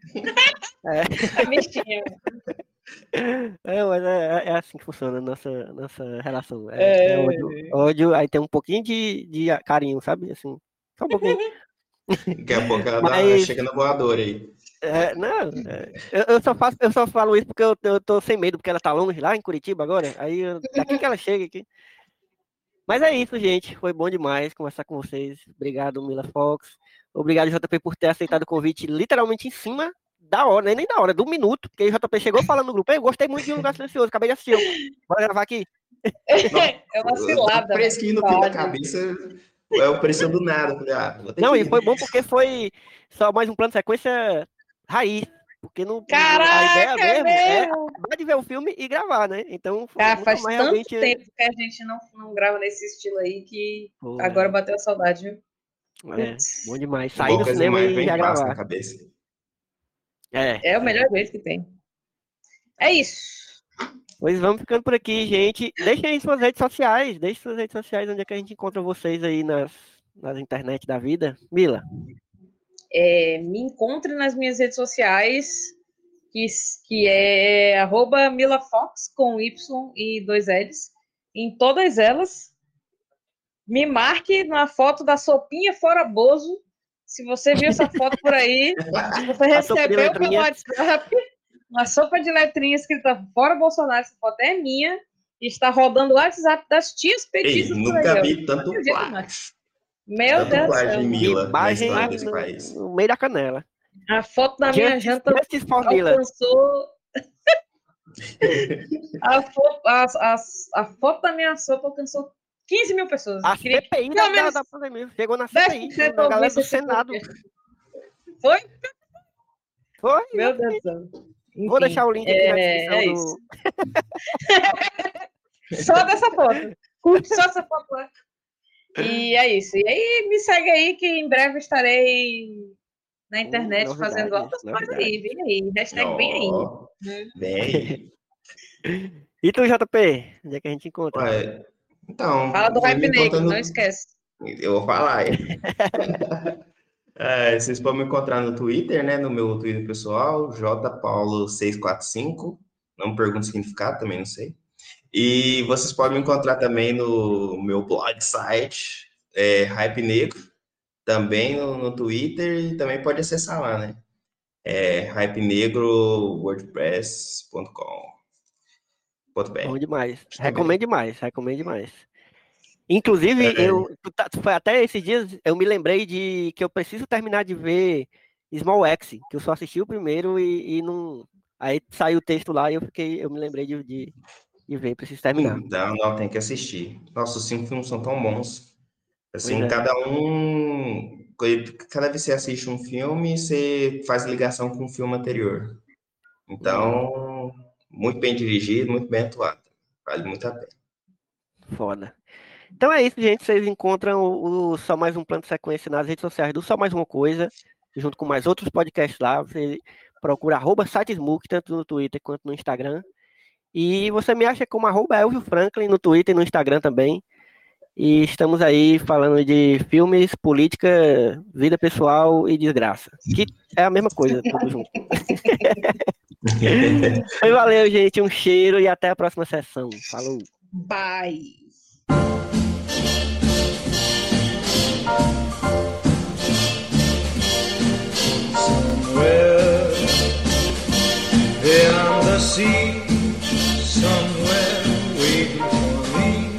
Speaker 3: A bichinha.
Speaker 2: Mas é assim que funciona a nossa relação. É ódio, aí tem um pouquinho de carinho, sabe? Assim, só um pouquinho.
Speaker 4: Daqui a pouco ela
Speaker 2: Mas,
Speaker 4: chega na voadora aí.
Speaker 2: não, eu só falo isso porque eu tô sem medo, porque ela tá longe lá em Curitiba agora. Aí, daqui que ela chega aqui. Mas é isso, gente. Foi bom demais conversar com vocês. Obrigado, Mila Fox. Obrigado, JP, por ter aceitado o convite literalmente em cima da hora, nem da hora, do minuto. Porque o JP chegou falando no grupo. Eu gostei muito de Um Lugar Silencioso, acabei de assistir. Bora gravar aqui?
Speaker 3: É uma
Speaker 4: Eu tava
Speaker 3: cilada.
Speaker 4: fresquinho no fim da cabeça, apareceu do nada. Falei, vou ter
Speaker 2: Não,
Speaker 4: que
Speaker 2: e foi
Speaker 4: ir.
Speaker 2: bom porque foi só mais um plano de sequência raiz. Porque a ideia
Speaker 3: Caraca, é
Speaker 2: mesmo é
Speaker 3: mesmo?
Speaker 2: acabar de ver o filme e gravar, né? Então,
Speaker 3: Cara,
Speaker 2: nunca
Speaker 3: faz
Speaker 2: mais
Speaker 3: tanto
Speaker 2: realmente.
Speaker 3: tempo que a gente não grava nesse estilo aí que
Speaker 2: Pô,
Speaker 3: agora bateu a saudade, viu?
Speaker 2: bom
Speaker 3: Putz,
Speaker 2: demais. Sair do
Speaker 4: Poucas
Speaker 2: cinema
Speaker 4: imagens
Speaker 2: e
Speaker 4: vem
Speaker 2: já
Speaker 4: fácil na
Speaker 2: gravar.
Speaker 4: cabeça.
Speaker 3: é o melhor jeito que tem. É isso.
Speaker 2: Pois vamos ficando por aqui, gente. Deixem aí suas redes sociais. Deixe suas redes sociais onde é que a gente encontra vocês aí nas internet da vida. Mila.
Speaker 3: Me encontre nas minhas redes sociais, que é @milafox com Y e 2 L's. Em todas elas, me marque na foto da sopinha fora Bozo. Se você viu essa foto por aí, se você
Speaker 2: A sopa de
Speaker 3: recebeu pelo
Speaker 2: letrinha.
Speaker 3: WhatsApp uma sopa de letrinha escrita fora Bolsonaro, essa foto é minha, e está rodando o WhatsApp das tias
Speaker 4: Ei,
Speaker 3: petistas por aí.
Speaker 4: nunca
Speaker 3: Ó.
Speaker 4: vi tanto
Speaker 3: Acredito mais.
Speaker 4: plágio.
Speaker 3: Meu
Speaker 4: Tanto
Speaker 3: Deus do
Speaker 4: plágio
Speaker 3: céu.
Speaker 4: de Mila na
Speaker 2: Imagem
Speaker 4: história desse país.
Speaker 2: no meio da canela.
Speaker 3: A foto da minha janta
Speaker 2: Justice for Mila.
Speaker 3: alcançou. A foto da minha sopa alcançou 15 mil pessoas.
Speaker 2: A
Speaker 3: Queria que
Speaker 2: CPI
Speaker 3: pelo menos
Speaker 2: da pandemia. Chegou na
Speaker 3: 10%
Speaker 2: CPI, da galera do
Speaker 3: ouvisse esse
Speaker 2: Senado.
Speaker 3: podcast. Foi?
Speaker 2: Foi?
Speaker 3: Meu Deus do céu.
Speaker 2: Vou
Speaker 3: Enfim,
Speaker 2: deixar o link aqui na descrição
Speaker 3: é
Speaker 2: do.
Speaker 3: isso. Só dessa foto. Curte só essa foto lá. E é isso. E aí, me segue aí que em breve estarei na internet
Speaker 2: Novidade,
Speaker 3: fazendo outras coisas
Speaker 2: novidade.
Speaker 3: aí. Vem aí. Hashtag vem aí.
Speaker 4: Ó, bem.
Speaker 2: E tu, JP? Onde é que a gente encontra?
Speaker 4: Ué, então,
Speaker 3: Fala do
Speaker 4: você
Speaker 3: Hype
Speaker 4: me
Speaker 3: Negro,
Speaker 4: encontra
Speaker 3: não esquece.
Speaker 4: Eu vou falar. Vocês podem me encontrar no Twitter, né? No meu Twitter pessoal, jpaulo645. Não me pergunte o significado, também não sei. E vocês podem me encontrar também no meu blog site, Hype Negro, também no Twitter, e também pode acessar lá, né? hypenegro.wordpress.com.br.
Speaker 2: Bom demais.
Speaker 4: Também.
Speaker 2: Recomendo demais. Inclusive, foi até esses dias eu me lembrei de que eu preciso terminar de ver Small Axe, que eu só assisti o primeiro e não. Aí saiu o texto lá e eu me lembrei de ver, preciso terminar.
Speaker 4: Não, tem que assistir. Nossa, os 5 filmes são tão bons.
Speaker 2: Pois
Speaker 4: Assim,
Speaker 2: é.
Speaker 4: cada um cada vez que você assiste um filme, você faz ligação com o filme anterior. Então, muito bem dirigido, muito bem atuado. Vale muito a pena.
Speaker 2: Foda. Então é isso, gente. Vocês encontram o Só Mais Um Plano de Sequência nas redes sociais do Só Mais Uma Coisa, junto com mais outros podcasts lá. Você procura @sitesmook, tanto no Twitter quanto no Instagram. E você me acha como @Elvio Franklin no Twitter e no Instagram também. E estamos aí falando de filmes, política, vida pessoal e desgraça. Que é a mesma coisa, tudo junto. Mas valeu, gente. Um cheiro e até a próxima sessão. Falou.
Speaker 3: Bye.
Speaker 5: Somewhere beyond the sea, somewhere waiting for me,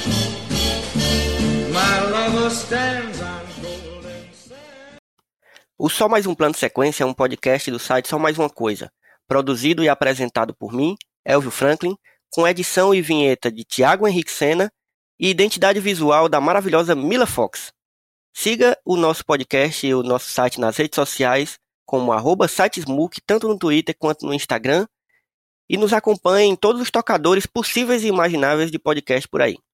Speaker 5: my lover stands on golden sand.
Speaker 2: O Só Mais Um Plano de Sequência é um podcast do site Só Mais Uma Coisa, produzido e apresentado por mim, Elvio Franklin, com edição e vinheta de Tiago Henrique Sena e identidade visual da maravilhosa Mila Fox. Siga o nosso podcast e o nosso site nas redes sociais, como @sitesmook, tanto no Twitter quanto no Instagram, e nos acompanhe em todos os tocadores possíveis e imagináveis de podcast por aí.